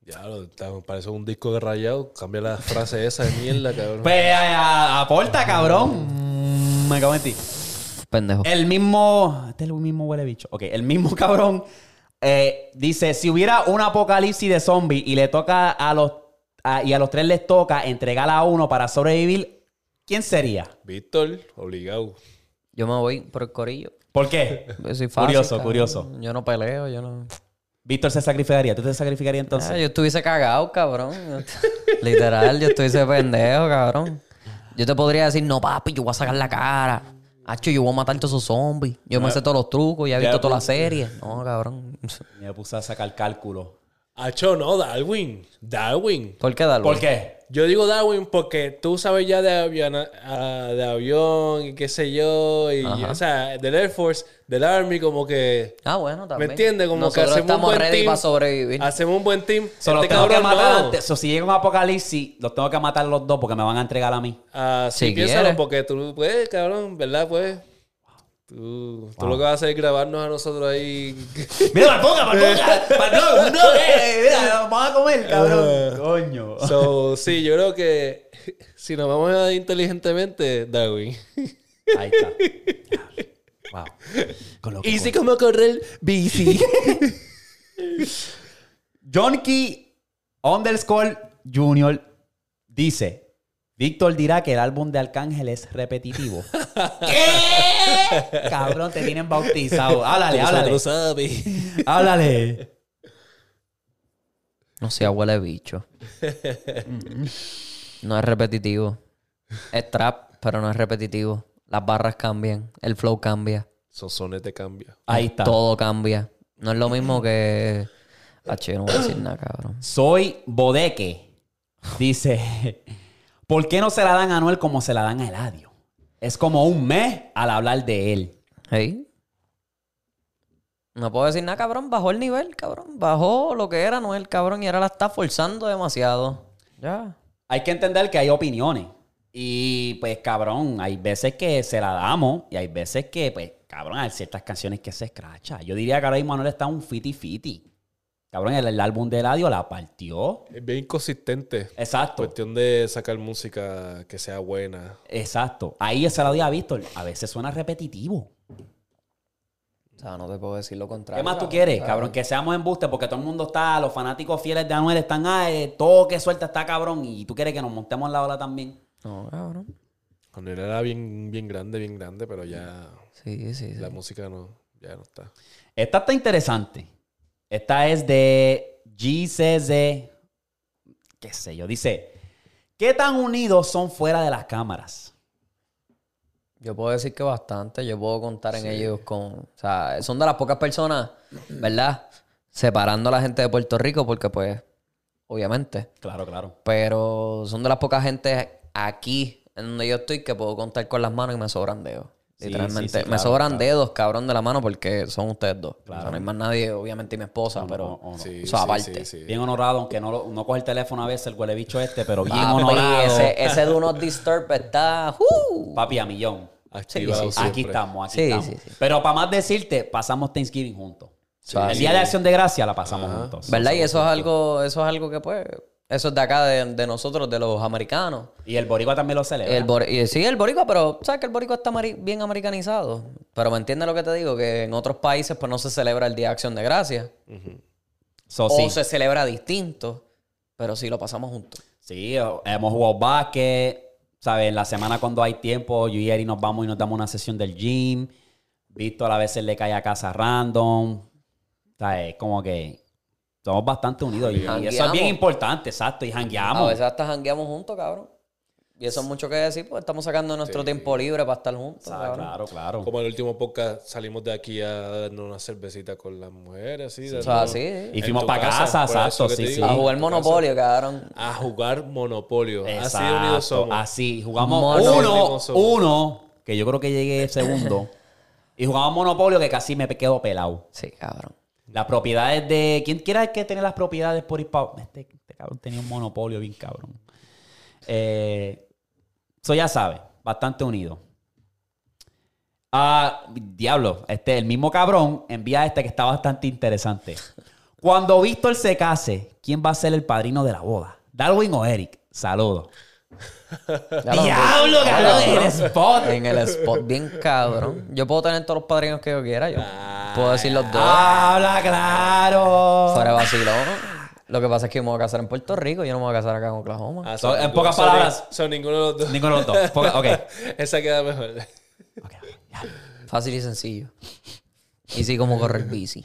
Ya, lo, está- parece un disco de rayado. Cambia la frase esa de mierda, cabrón. Pues a- a- aporta, cabrón. Mm, me cago en ti. Pendejo. El mismo. Este es el mismo huele bicho. Ok, el mismo cabrón eh, dice: si hubiera un apocalipsis de zombies y le toca a los. a- y a los tres les toca entregar a uno para sobrevivir, ¿quién sería? Víctor, obligado. Yo me voy por el corillo. ¿Por qué? Yo soy fácil, Curioso, cabrón. curioso. Yo no peleo, yo no... Víctor se sacrificaría. ¿Tú te sacrificarías entonces? Ah, yo estuviese cagado, cabrón. Literal, yo estuviese pendejo, cabrón. Yo te podría decir, no, papi, yo voy a sacar la cara. Hacho, yo voy a matar todos esos zombies. Yo me sé todos los trucos, ya he Ya, visto toda la pues. serie. No, cabrón. Me puse a sacar cálculo. Acho, no, Darwin. Darwin. ¿Por qué darlo? ¿Por qué? Yo digo Darwin porque tú sabes ya de avión, ah, de avión y qué sé yo. Y, Ajá. o sea, del Air Force, del Army, como que... Ah, bueno, también. ¿Me entiendes? Como Nosotros que hacemos un estamos buen ready team. para sobrevivir. Hacemos un buen team. So, los Este tengo que cabrón matar no. antes. So, si llega un apocalipsis, los tengo que matar los dos porque me van a entregar a mí. Ah, sí, Si piénsalo, quieres. porque tú, pues, cabrón, ¿verdad? Pues, tú, tú lo que vas a hacer es grabarnos a nosotros ahí. Mira, Barboca, Barboca, Barboca, no, eh, mira, nos vamos a comer, cabrón. Coño. So, sí, yo creo que si nos vamos a ir inteligentemente, Darwin. Ahí está. Wow. Con lo que Easy como correr bici. John Key underscore Junior dice: Víctor dirá que el álbum de Arcángel es repetitivo. ¿Qué? Cabrón, te tienen bautizado. Háblale, háblale. Nosotros sabes. Háblale. No sea huele bicho. No es repetitivo. Es trap, pero no es repetitivo. Las barras cambian. El flow cambia. Sosones de cambio. Ahí está. Todo cambia. No es lo mismo que... H, yo no voy a decir nada, cabrón. Soy Bodeque. Dice: ¿por qué no se la dan a Anuel como se la dan a Eladio? Es como un mes al hablar de él. ¿Hey? No puedo decir nada, cabrón. Bajó el nivel, cabrón. Bajó lo que era Noel, cabrón. Y ahora la está forzando demasiado. Ya. Hay que entender que hay opiniones. Y pues, cabrón, hay veces que se la damos y hay veces que, pues, cabrón, hay ciertas canciones que se escracha. Yo diría que ahora mismo Anuel está un fiti-fiti. Cabrón, el, el álbum de Eladio la partió. Es bien inconsistente. Exacto. Cuestión de sacar música que sea buena. Exacto. Ahí se la dio a Víctor. A veces suena repetitivo. O sea, no te puedo decir lo contrario. ¿Qué más tú cabrón. quieres, cabrón? Que seamos embuste porque todo el mundo está, los fanáticos fieles de Anuel están, ah, eh, todo que suelta está cabrón. Y tú quieres que nos montemos en la ola también. No, cabrón. Cuando él era bien, bien grande, bien grande, pero ya Sí, sí, sí. la música no, ya no está. Esta está interesante. Esta es de G C Z. Qué sé yo. Dice: ¿qué tan unidos son fuera de las cámaras? Yo puedo decir que bastante. Yo puedo contar en ellos con... O sea, son de las pocas personas, ¿verdad? Separando a la gente de Puerto Rico porque, pues, obviamente. Claro, claro. Pero son de las pocas gente aquí en donde yo estoy que puedo contar con las manos y me sobran dedos. Sí, Literalmente. sí, sí, me claro, sobran claro. dedos, cabrón, de la mano porque son ustedes dos. Claro. O sea, no hay más nadie, obviamente, y mi esposa, No, pero... no, no, no. Sí, Eso sí, aparte. sí, sí. Bien honorado, aunque no, lo- no coge el teléfono a veces el huele bicho este, pero bien Papi, honorado. ese, ese Do Not Disturb está... ¡uh! Papi, a millón. Activado Sí, sí, sí. Aquí siempre. estamos, aquí Sí, estamos. sí, sí. Pero para más decirte, pasamos Thanksgiving juntos. Sí. El Día de Acción de Gracia la pasamos juntos. ¿Verdad? Y Somos eso es juntos. algo, eso es algo que, pues... Eso es de acá, de, de nosotros, de los americanos. Y el boricua también lo celebra. El bor- y sí, el boricua, pero sabes que el boricua está ameri- bien americanizado. Pero me entiendes lo que te digo, que en otros países pues no se celebra el Día de Acción de Gracias. So, O sí. se celebra distinto, pero sí lo pasamos juntos. Sí, o- hemos jugado básquet, ¿sabes? En la semana cuando hay tiempo, yo y Eri nos vamos y nos damos una sesión del gym. Víctor a veces le cae a casa random. ¿Sabes? Como que somos bastante unidos. Y, y eso es Jangueamos. bien importante, exacto. Y A jangueamos. veces hasta jangueamos juntos, cabrón. Y eso es mucho que decir, pues estamos sacando nuestro tiempo libre para estar juntos, Ah, cabrón. claro, claro. Como en el último podcast salimos de aquí a darnos una cervecita con las mujeres, así. O sea, sí. Y En fuimos tu para casa, por eso exacto. que te Sí, digo. sí. A jugar en tu Monopolio, cabrón. A jugar Monopolio. Así Exacto, de unidos somos. Así, jugamos Monopolio uno, somos. uno, que yo creo que llegué segundo. Y jugamos Monopolio que casi me quedo pelado. Sí, cabrón. Las propiedades de... ¿Quién quiera que tenga las propiedades por ir para... Este, este cabrón tenía un monopolio bien cabrón. Eh, eso ya sabe, bastante unido. Ah, diablo, este, el mismo cabrón envía este que está bastante interesante. Cuando Víctor se case, ¿quién va a ser el padrino de la boda? ¿Darwin o Eric? Saludos. Ya lo- ¡Diablo, Ya cabrón! lo- En el spot. En el spot, bien cabrón. Yo puedo tener todos los padrinos que yo quiera. Yo puedo decir los dos. ¡Habla claro! Fuera de vacilón. Lo que pasa es que yo me voy a casar en Puerto Rico. Yo no me voy a casar acá en Oklahoma. Ah, So, en ninguno- pocas son palabras- ni- Son ninguno de los dos. Ninguno de los dos. Poca- Ok. Esa queda mejor. Ok, ya. Fácil y sencillo. Y sí, como correr bici.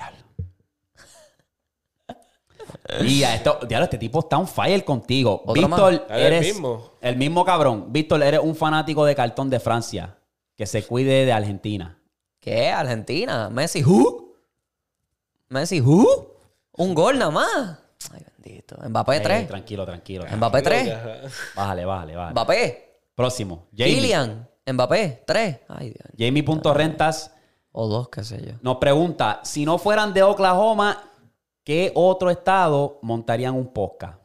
Y ya, esto, diablo, este tipo está on fire contigo. ¿Otro Víctor, más? ¿El eres mismo? el mismo cabrón. Víctor, eres un fanático de cartón de Francia. Que se cuide de Argentina. ¿Qué? ¿Argentina? ¿Messi who? ¿Messi who? Un gol nada más. Ay, bendito. Mbappé Ey, tres. tranquilo, tranquilo. tranquilo. Mbappé tres. Bájale, bájale, bájale. Mbappé. Próximo. Jamie. Kylian. Mbappé. Tres. Ay, Dios. Jamie.rentas O dos, qué sé yo. nos pregunta, si no fueran de Oklahoma, ¿qué otro estado montarían un podcast?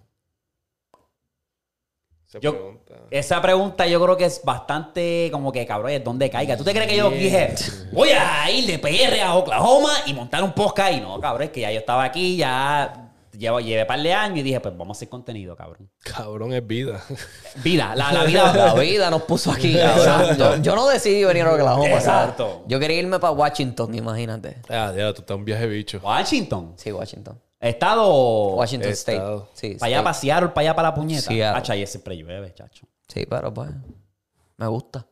Se Yo- pregunta. Esa pregunta yo creo que es bastante como que, cabrón, es donde caiga. ¿Tú te crees que yo dije, voy a ir de P R a Oklahoma y montar un podcast ahí? No, cabrón, es que ya yo estaba aquí, ya llevo, llevé un par de años y dije, pues vamos a hacer contenido, cabrón. Cabrón, es vida. Vida, la, la vida... La vida nos puso aquí, cabrón. Yo, yo no decidí venir a Oklahoma. Exacto. cabrón. Yo quería irme para Washington, imagínate. Ah, ya, tú estás un viaje bicho. Washington. Sí, Washington. Estado... Washington Estado. State. Sí, Para allá, State. para Seattle, para allá, para la puñeta. Seattle. Hacha, ahí siempre llueve, chacho. Sí, pero pues me gusta.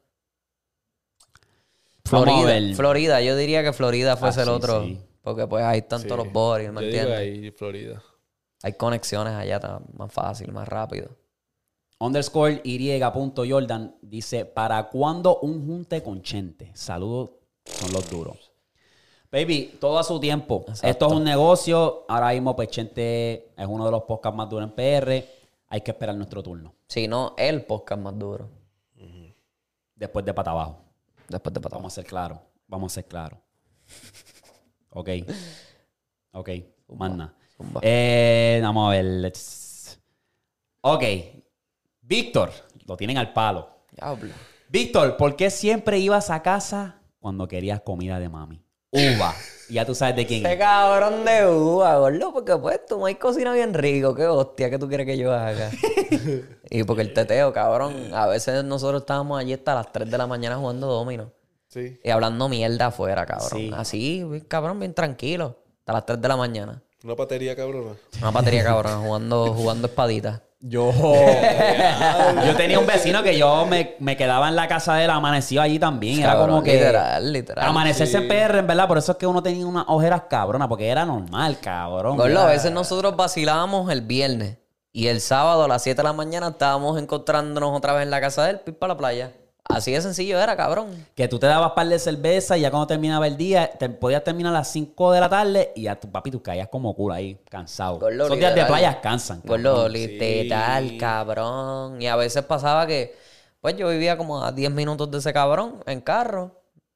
Vamos a Florida, ver. Florida, yo diría que Florida fuese Ah, el sí, otro. sí. Porque pues ahí están Sí. todos los boris, ¿me Yo digo entiendes? ahí, Florida. Hay conexiones allá tan- más fácil, más rápido. Underscore Y.Jordan dice, ¿para cuándo un junte con Chente? Saludos, son los duros. Baby, todo a su tiempo. Exacto. Esto es un negocio. Ahora mismo, pues Chente es uno de los podcasts más duros en P R. Hay que esperar nuestro turno. Si no, el podcast más duro. Después de pata abajo. Después de Patón. Vamos a ser claros. Vamos a ser claros. Ok. Ok. Más nada. Zumba. Eh, vamos a ver. let's- Ok. Víctor. Lo tienen al palo. Diablo. Víctor, ¿por qué siempre ibas a casa cuando querías comida de mami? Uva. Y ya tú sabes de quién Ese es. cabrón de uva, gordo, porque pues tu maíz cocina bien rico. Qué hostia que tú quieres que yo haga. Y porque el teteo, cabrón. A veces nosotros estábamos allí hasta las tres de la mañana jugando domino. Sí. Y hablando mierda afuera, cabrón. Sí. Así, bien, cabrón, bien tranquilo. Hasta las tres de la mañana. Una batería cabrona. Una batería, cabrón, jugando, jugando espaditas. Yo, yo tenía un vecino que yo me, me quedaba en la casa de él amanecido allí también. Era Cabrón, como que... literal, literal. Amanecerse Sí. en P R, en verdad. Por eso es que uno tenía unas ojeras cabronas. Porque era normal, cabrón. Gordo, Era- a veces nosotros vacilábamos el viernes. Y el sábado a las siete de la mañana estábamos encontrándonos otra vez en la casa de él, pip para la playa. Así de sencillo era, cabrón. Que tú te dabas par de cerveza y ya cuando terminaba el día, te podías terminar a las cinco de la tarde y ya tu papi tú caías como culo ahí, cansado. Gordo, Esos días de literal. playa cansan. Gordo, cabrón. literal, Sí. cabrón. Y a veces pasaba que, pues yo vivía como a diez minutos de ese cabrón en carro.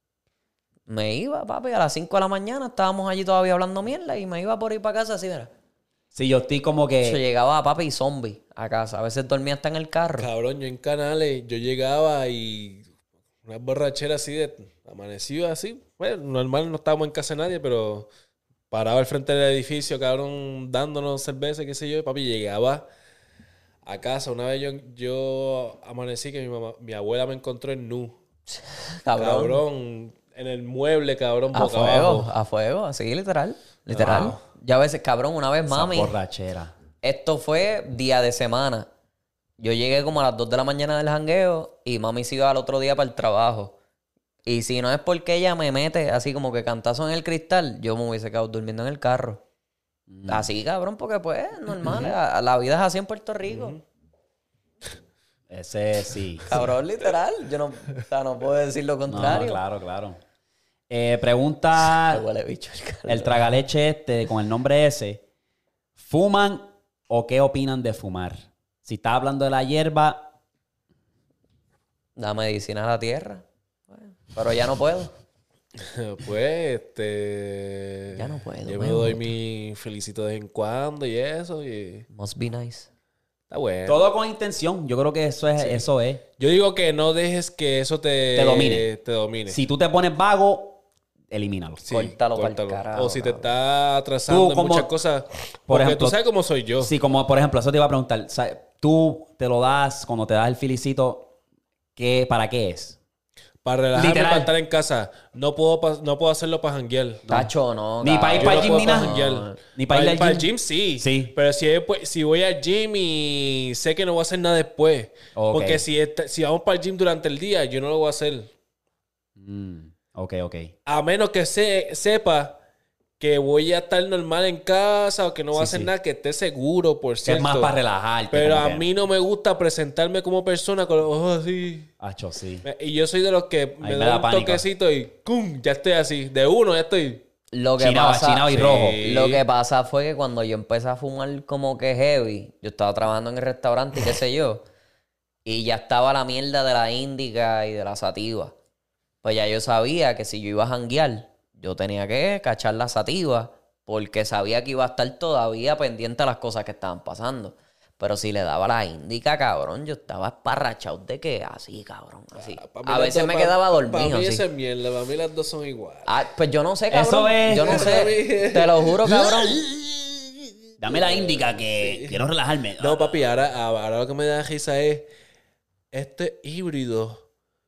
Me iba, papi, a las cinco de la mañana estábamos allí todavía hablando mierda y me iba por ir para casa así, mira. Sí, yo estoy como Yo que... llegaba papi zombie a casa. A veces dormía hasta en el carro. Cabrón, yo en Canales, yo llegaba y una borrachera así de amanecido así. Bueno, normal, no estábamos en casa de nadie, pero paraba al frente del edificio, cabrón, dándonos cerveza, qué sé yo. Y papi, llegaba a casa. Una vez yo, yo amanecí que mi mamá, mi abuela me encontró en nu. Cabrón. Cabrón, en el mueble, cabrón, A boca fuego, abajo. a fuego, así literal. Literal. Wow. Ya a veces, cabrón, una vez, esa mami. borrachera. Esto fue día de semana. Yo llegué como a las dos de la mañana del jangueo y mami se iba al otro día para el trabajo. Y si no es porque ella me mete así como que cantazo en el cristal, yo me hubiese quedado durmiendo en el carro. Así, cabrón, porque pues, normal. la, la vida es así en Puerto Rico. Ese sí. Cabrón, literal. Yo no, o sea, no puedo decir lo No, contrario. claro, claro. Eh, pregunta Me huele bicho el carro. el tragaleche este con el nombre ese. ¿Fuman o qué opinan de fumar? Si estás hablando de la hierba, La medicina a la tierra. Bueno, pero ya no puedo. Pues, este... Ya no puedo, Yo me weón. doy mi felicito de vez en cuando y eso, y Must be nice. está bueno. todo con intención. Yo creo que eso es. Eso es. Yo digo que no dejes que eso te... Te domine. Te domine. Si tú te pones vago, elimínalo. Sí, Córtalo pa'l córtalo. carajo, O si te cabrón. está atrasando Tú en como- muchas cosas. por Porque ejemplo- tú sabes cómo soy yo. Sí, como por ejemplo, eso te iba a preguntar. O sea, tú te lo das, cuando te das el filicito, ¿qué, ¿para qué es? Para relajarme, Literal. para estar en casa. No puedo, pa- no puedo hacerlo para janguear. Tacho, no. Ni para ir cabrón. para el Yo gym no ni puedo nada. janguear. Ni para ir al para el gym. gym sí. Sí. Pero si, después- si voy al gym y sé que no voy a hacer nada después. Ok. Porque si, esta- si vamos para el gym durante el día, yo no lo voy a hacer. Mm, ok, ok. A menos que se, sepa que voy a estar normal en casa o que no voy a Sí, hacer sí. nada, que esté seguro, por Que cierto. es más para relajarte. Pero como a que- mí no me gusta presentarme como persona con los ojos así. Acho, sí. Y yo soy de los que me, me da da un pánico. toquecito y ¡cum! Ya estoy así. De uno ya estoy. Lo que Chinao, pasa, chinao y Sí. rojo. Lo que pasa fue que cuando yo empecé a fumar como que heavy, yo estaba trabajando en el restaurante y qué sé yo, y ya estaba la mierda de la índica y de la sativa. Pues ya yo sabía que si yo iba a janguear, yo tenía que cachar la sativa, porque sabía que iba a estar todavía pendiente a las cosas que estaban pasando. Pero si le daba la índica, cabrón, yo estaba esparrachado de que así, cabrón, así. Pa' mí A las veces dos- me pa- quedaba Para dormido, mí así. esa es mierda. Para mí las dos son iguales. Ah, pues yo no sé, cabrón. Eso es- Yo no sé. Te lo juro, cabrón. Dame la índica que quiero relajarme. No, papi, ahora, ahora lo que me da risa es este híbrido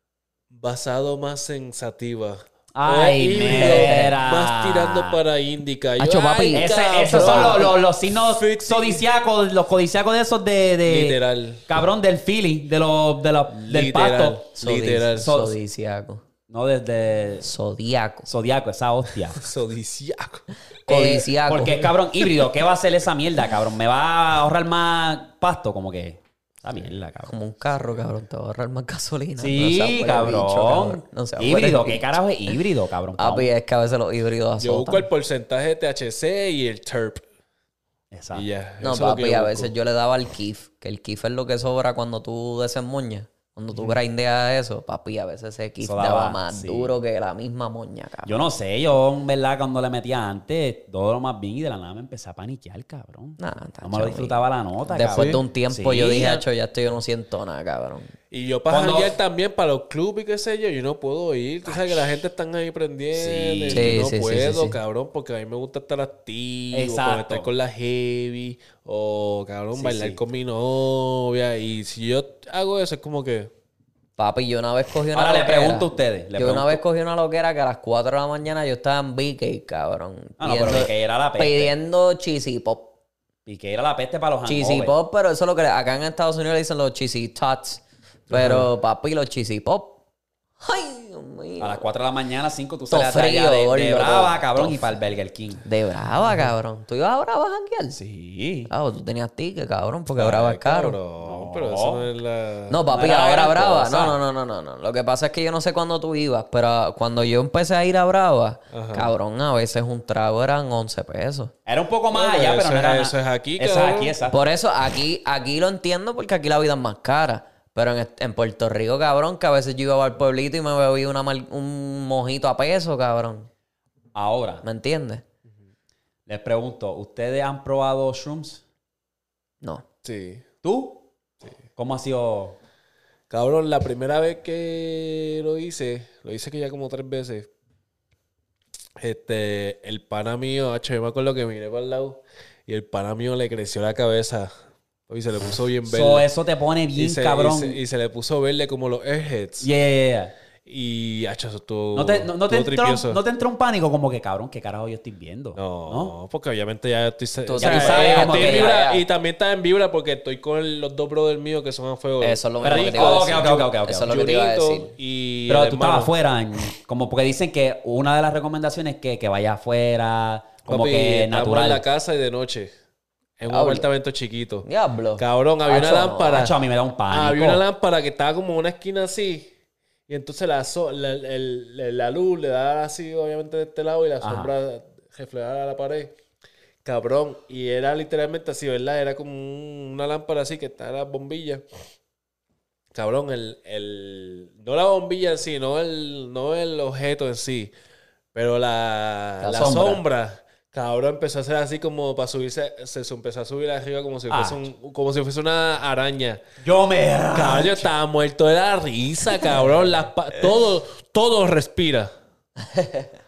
basado más en sativa. Ay, O híbrido mira. más tirando para índica. Yo, Hacho, papi, ay, Ese- cabrón. esos son los, los, los signos Fifty. zodiciacos, los codiciacos de esos de, de- Literal. Cabrón, del Philly, de los, de los, del Literal. pasto. Literal. So- Zodiciaco. No, desde Zodíaco. zodiaco, esa hostia. Zodiciaco. Codiciaco. Eh, porque, cabrón, híbrido, ¿qué va a hacer esa mierda, cabrón? ¿Me va a ahorrar más pasto? Como que... Esa mierda, cabrón. Como un carro, cabrón. Te va a ahorrar más gasolina. Sí, No seas huele cabrón. bicho, cabrón. No seas huele Híbrido, bicho. ¿qué carajo es híbrido, cabrón? Papi, es que a veces los híbridos Yo busco azotan. el porcentaje de T H C y el terp. Exacto. Y ya. No, eso es lo papi, que yo a busco. veces yo le daba al kif. Que el kif es lo que sobra cuando tú desemmoñas. Cuando tú grindeas eso, papi, a veces ese kif Eso daba, daba, más sí. duro que la misma moña, cabrón. Yo no sé, yo en verdad cuando le metía antes, todo lo más bien y de la nada me empecé a paniquear, cabrón. Nah, no tacho, me lo disfrutaba la nota, Después cabrón. de un tiempo Sí. yo dije, hacho, ya estoy, yo no siento nada, cabrón. Y yo para Cuando- janguear también, para los clubes y qué sé yo, yo no puedo ir. Tú sabes que la gente está ahí prendiendo. Sí. y Sí, yo no sí, sí, puedo, sí, sí. cabrón, porque a mí me gusta estar activo, Exacto. conectar con la heavy, o cabrón, Sí, bailar sí. con mi novia. Y si yo hago eso, es como que. Papi, yo una vez cogí una Ahora le loquera. pregunto a ustedes. Le Yo una pregunto. vez cogí una loquera que a las cuatro de la mañana yo estaba en B K, cabrón. Ah, no, pero B K era la peste. Pidiendo cheesy pop. Y que era la peste para los Cheesy hangovers. pop, pero eso es lo que le- acá en Estados Unidos le dicen los cheesy tots. Pero, papi, los cheesy pop. Ay, Dios mío. A las cuatro de la mañana, cinco, tú Todo salías de allá frío, de, de gordo, Brava, todo- cabrón, todo y para el Burger King. De Brava, cabrón. ¿Tú ibas a Brava a janguear? Sí. Ah, pues tú tenías ticket, cabrón, porque Brava Ay, es caro. cabrón, pero eso no es la. No, papi, No era ahora gran Brava. cosa. No, no, no, no, no, no. Lo que pasa es que yo no sé cuándo tú ibas, pero cuando yo empecé a ir a Brava, Ajá. cabrón, a veces un trago eran once pesos. Era un poco más Bueno, allá, eso pero no es- era nada. eso es aquí, Eso es cabrón. aquí, exacto. Por eso aquí, aquí lo entiendo porque aquí la vida es más cara. Pero en, en Puerto Rico, cabrón, que a veces yo iba al pueblito y me bebía una mal- un mojito a peso, cabrón. Ahora, ¿Me entiendes? les pregunto, ¿ustedes han probado shrooms? No. Sí. ¿Tú? ¿Cómo ha sido? Cabrón, la primera vez que lo hice, lo hice que ya como tres veces. Este, el pana mío, hacho, yo me acuerdo que miré para el lado y el pana mío le creció la cabeza. Y se le puso bien verde. So, eso te pone y, bien se, cabrón. y, se, y se le puso verde como los airheads. Yeah, yeah, yeah. Y, hacho, eso estuvo, ¿No te, no, no te estuvo entró, tripioso. ¿No te entró un pánico como que, cabrón, qué carajo yo estoy viendo? No, porque obviamente ya estoy... Tú o sea, sabes, eh, como estoy en que vibra, ya, ya. y también está en vibra porque estoy con el- los dos brothers míos que son a fuego. Eso es lo Pero- mismo que te iba a ok, decir. ok, ok, ok, ok. Eso es lo que te iba a Junito decir. y Pero el tú hermano. estabas afuera, en- como porque dicen que una de las recomendaciones es que, que vayas afuera, como Papi, que estábamos natural. en la casa y de noche. En un Diablo. apartamento chiquito. Diablo. Cabrón, había Hacho, una no. lámpara. Macho, a mí me da un pánico. Había una lámpara que estaba como en una esquina así. Y entonces la, so- la, el- el- la luz le daba así, obviamente, de este lado y la Ajá. sombra reflejaba a la pared. Cabrón. Y era literalmente así, ¿verdad? Era como un- una lámpara así que estaba la bombilla. Cabrón, el, el... No la bombilla en sí, no el, no el objeto en sí. Pero la, La la sombra. sombra. Cabrón, empezó a hacer así como para subirse, se, se empezó a subir arriba como si Ah. fuese un, como si fuese una araña. Yo me... Cabrón, yo estaba muerto de la risa, cabrón. Las pa- todo, todo respira.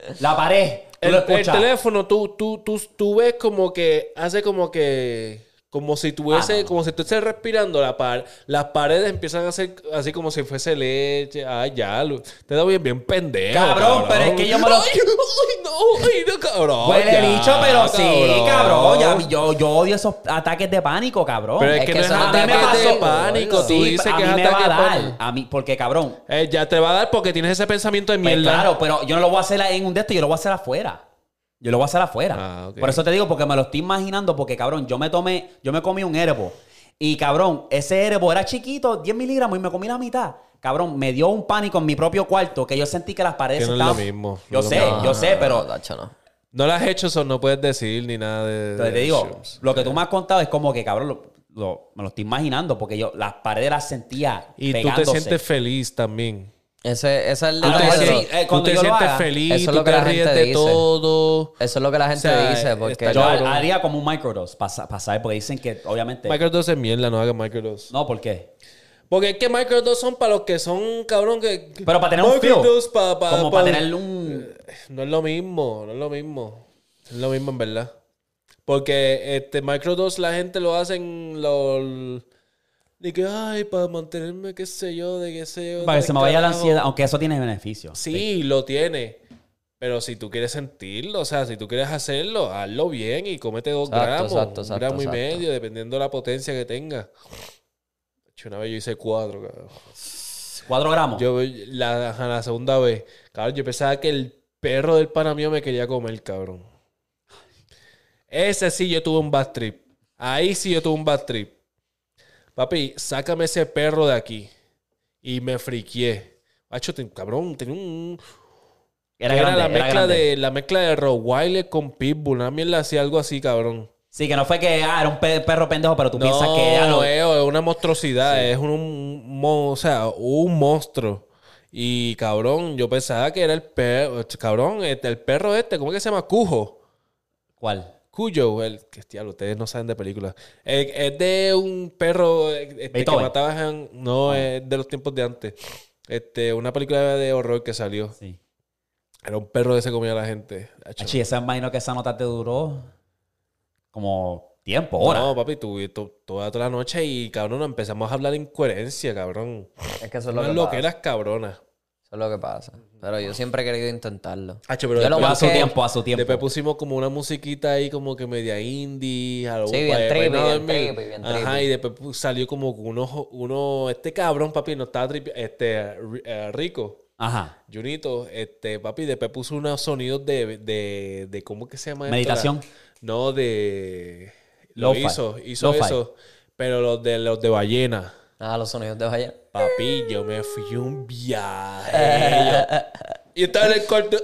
La pared. Tú El, lo el escuchas. teléfono, tú, tú, tú, tú ves como que hace como que. Como si tuviese, Ah, no. como si estuviese respirando la par, las paredes empiezan a hacer así como si fuese leche. Ay, ya, lo- te da bien, bien pendejo. Cabrón, pero es que yo me lo- Ay, ay, no, ay, no, cabrón. Huele ya, bicho, pero sí, cabrón. Ya, yo, yo odio esos ataques de pánico, cabrón. Pero es, Es que, que no es eso no te ataque me de pasó. pánico. Tú Sí, dices a que mí es me ataque va a de dar. pánico. A mí, porque cabrón. Eh, ya te va a dar porque tienes ese pensamiento de Pues mierda. claro, pero yo no lo voy a hacer en un de estos, yo lo voy a hacer afuera. Yo lo voy a hacer afuera. Ah, ok. Por eso te digo, porque me lo estoy imaginando, porque cabrón, yo me tomé, yo me comí un herbo. Y cabrón, ese herbo era chiquito, diez miligramos, y me comí la mitad. Cabrón, me dio un pánico en mi propio cuarto que yo sentí que las paredes Que no es estaban... lo mismo. Yo No es lo sé, mismo. yo sé, pero... No, tacho, no. No lo has hecho, eso no puedes decir ni nada de. Entonces de te digo, shrooms. lo que tú me has contado es como que, cabrón, lo, lo- me lo estoy imaginando, porque yo las paredes las sentía Y tú pegándose. te sientes feliz también. Ese, ese es el Ah, detalle. pues de sí, lo- eh, Tú cuando te yo lo sientes haga, feliz, eso es tú lo que te la ríes gente de dice. todo. Eso es lo que la gente O sea, dice, porque está Yo cabrón. haría como un microdose para saber, porque dicen que obviamente... Microdose es mierda, no hagas microdose. No, ¿por qué? Porque es que microdose son para los que son cabrón que. Pero para tener un feel. Microdose pa- pa- Como pa- para tener un... No es lo mismo, no es lo mismo. No es lo mismo en verdad. Porque este microdose la gente lo hacen lo de que ay, para mantenerme qué sé yo, de qué sé yo. Para que del se me vaya la carajo. ansiedad, aunque eso tiene beneficios. Sí, lo tiene. Pero si tú quieres sentirlo, o sea, si tú quieres hacerlo, hazlo bien y cómete dos Exacto, gramos, exacto, un exacto, gramo y exacto. medio, dependiendo de la potencia que tenga. Una vez yo hice cuatro, cabrón. Cuatro gramos. Yo la, ajá, la segunda vez, cabrón, yo pensaba que el perro del pana mío me quería comer, cabrón. Ese sí yo tuve un bad trip. Ahí sí yo tuve un bad trip. Papi, sácame ese perro de aquí. Y me friqué. Macho, ten- cabrón, tenía un... Era Era, grande, la era mezcla grande. de la mezcla de Rottweiler con Pitbull. Una mierda así, algo así, cabrón. Sí, que no fue que ah, era un pe- perro pendejo, pero tú No, piensas que ya lo... es, es una monstruosidad. Es un, un mo- o sea, un monstruo. Y cabrón, yo pensaba que era el perro. Cabrón, este, el perro este, ¿cómo es que se llama? Cujo. ¿Cuál? Cuyo, el que diablo, ustedes no saben de películas. Es, es de un perro este, que Beethoven. mataba en- no, es de los tiempos de antes. Este, una película de horror que salió. Sí. Era un perro que se comía a la gente. Acho. Achi, esa imagino que esa nota te duró como tiempo, horas. No, papi, tuve to- toda, toda la noche y cabrón, nos empezamos a hablar de incoherencia, cabrón. Es que eso es lo Unas que pasa. loqueras cabronas. Eso es lo que pasa. Pero yo siempre he querido intentarlo. Hacho, pero Yo lo después- a más su que- tiempo, a su tiempo. Después pusimos como una musiquita ahí como que media indie. Algo Sí, bien para- para trippy, irnos a bien dormir. trippy, bien Ajá, trippy. y después pu- salió como uno, uno, este cabrón, papi, no estaba trippy, este, ri- eh, rico. Ajá. Junito, este, papi, después puso unos sonidos de, de, de ¿cómo que se llama esto? Meditación. La- no, de... Lo Lo-fi. hizo, hizo Lo-fi. eso. Pero los de, los de ballena. Ah, los sonidos de ballena. Papi, yo me fui un viaje. Yo- y estaba en el cuarto.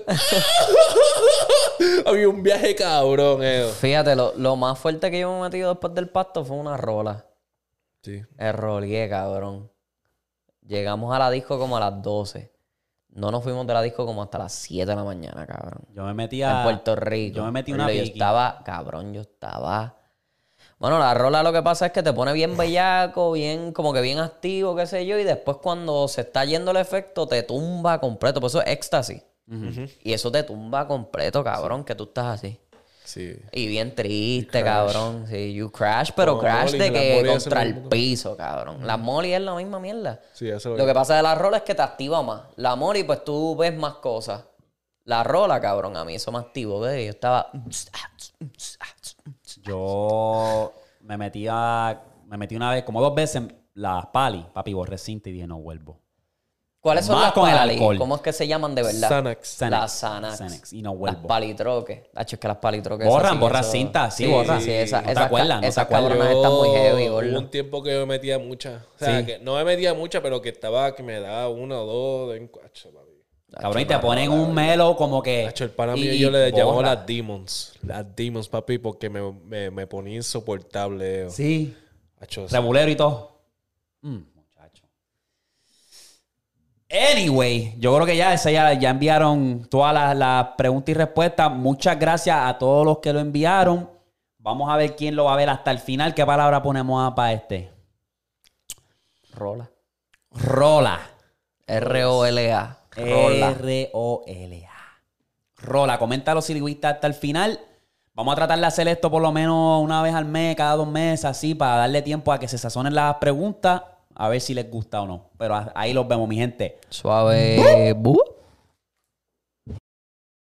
Había un viaje cabrón, eh. Fíjate, lo, lo más fuerte que yo me he metido después del pasto fue una rola. Sí. El rolié, cabrón. Llegamos a la disco como a las doce. No nos fuimos de la disco como hasta las siete de la mañana, cabrón. Yo me metí a... En Puerto Rico. Yo me metí una Yo piqui. estaba, cabrón, yo estaba... Bueno, la rola lo que pasa es que te pone bien bellaco, bien, como que bien activo, qué sé yo, y después cuando se está yendo el efecto, te tumba completo. Por eso es éxtasis. Y eso te tumba completo, cabrón, que tú estás así. Sí. Y bien triste, cabrón. Sí, you crash, pero Como crash Molly, de las que Molly hacen contra lo el mismo. piso, cabrón. La Molly es la misma mierda. Sí, eso Lo que pasa de la rola es que te activa más. La Molly, pues tú ves más cosas. La rola, cabrón, a mí eso me activó, ¿ves? Yo estaba... Yo me metí a... Me metí una vez, como dos veces, en las pali. Papi, borré cinta y dije, no vuelvo. ¿Cuáles son Más las con el pali? alcohol. ¿Cómo es que se llaman de verdad? Xanax. Xanax. Las Xanax. Xanax, y no Las vuelvo. palitroques. Hacho, es que las palitroques... Borran, esas sí, borran eso- cinta, sí, borran. Sí, esa, No te esas, acuerdas, ca- no te esas acuerdas. cabronas están muy heavy, Hubo gordo. un tiempo que yo me metía muchas. O sea, Sí. que no me metía muchas, pero que estaba, que me daba una o dos de encuacho, papi. Cabrón, y te ponen un melo como que... Hacho, el pana y- mío y yo le llamaba borra. las demons. Las demons, papi, porque me, me, me ponía insoportable. eh. Sí. Hacho, Rebulero y todo. Mm, muchacho. Anyway, yo creo que ya, esa ya, ya enviaron todas las, las preguntas y respuestas. Muchas gracias a todos los que lo enviaron. Vamos a ver quién lo va a ver hasta el final. ¿Qué palabra ponemos para este? Rola. Rola. R O L A. Rola. R O L A. rola. Coméntalo si le gusta hasta el final. Vamos a tratar de hacer esto por lo menos una vez al mes, cada dos meses, así, para darle tiempo a que se sazonen las preguntas, a ver si les gusta o no. Pero ahí los vemos, mi gente. Suave. ¡Bu!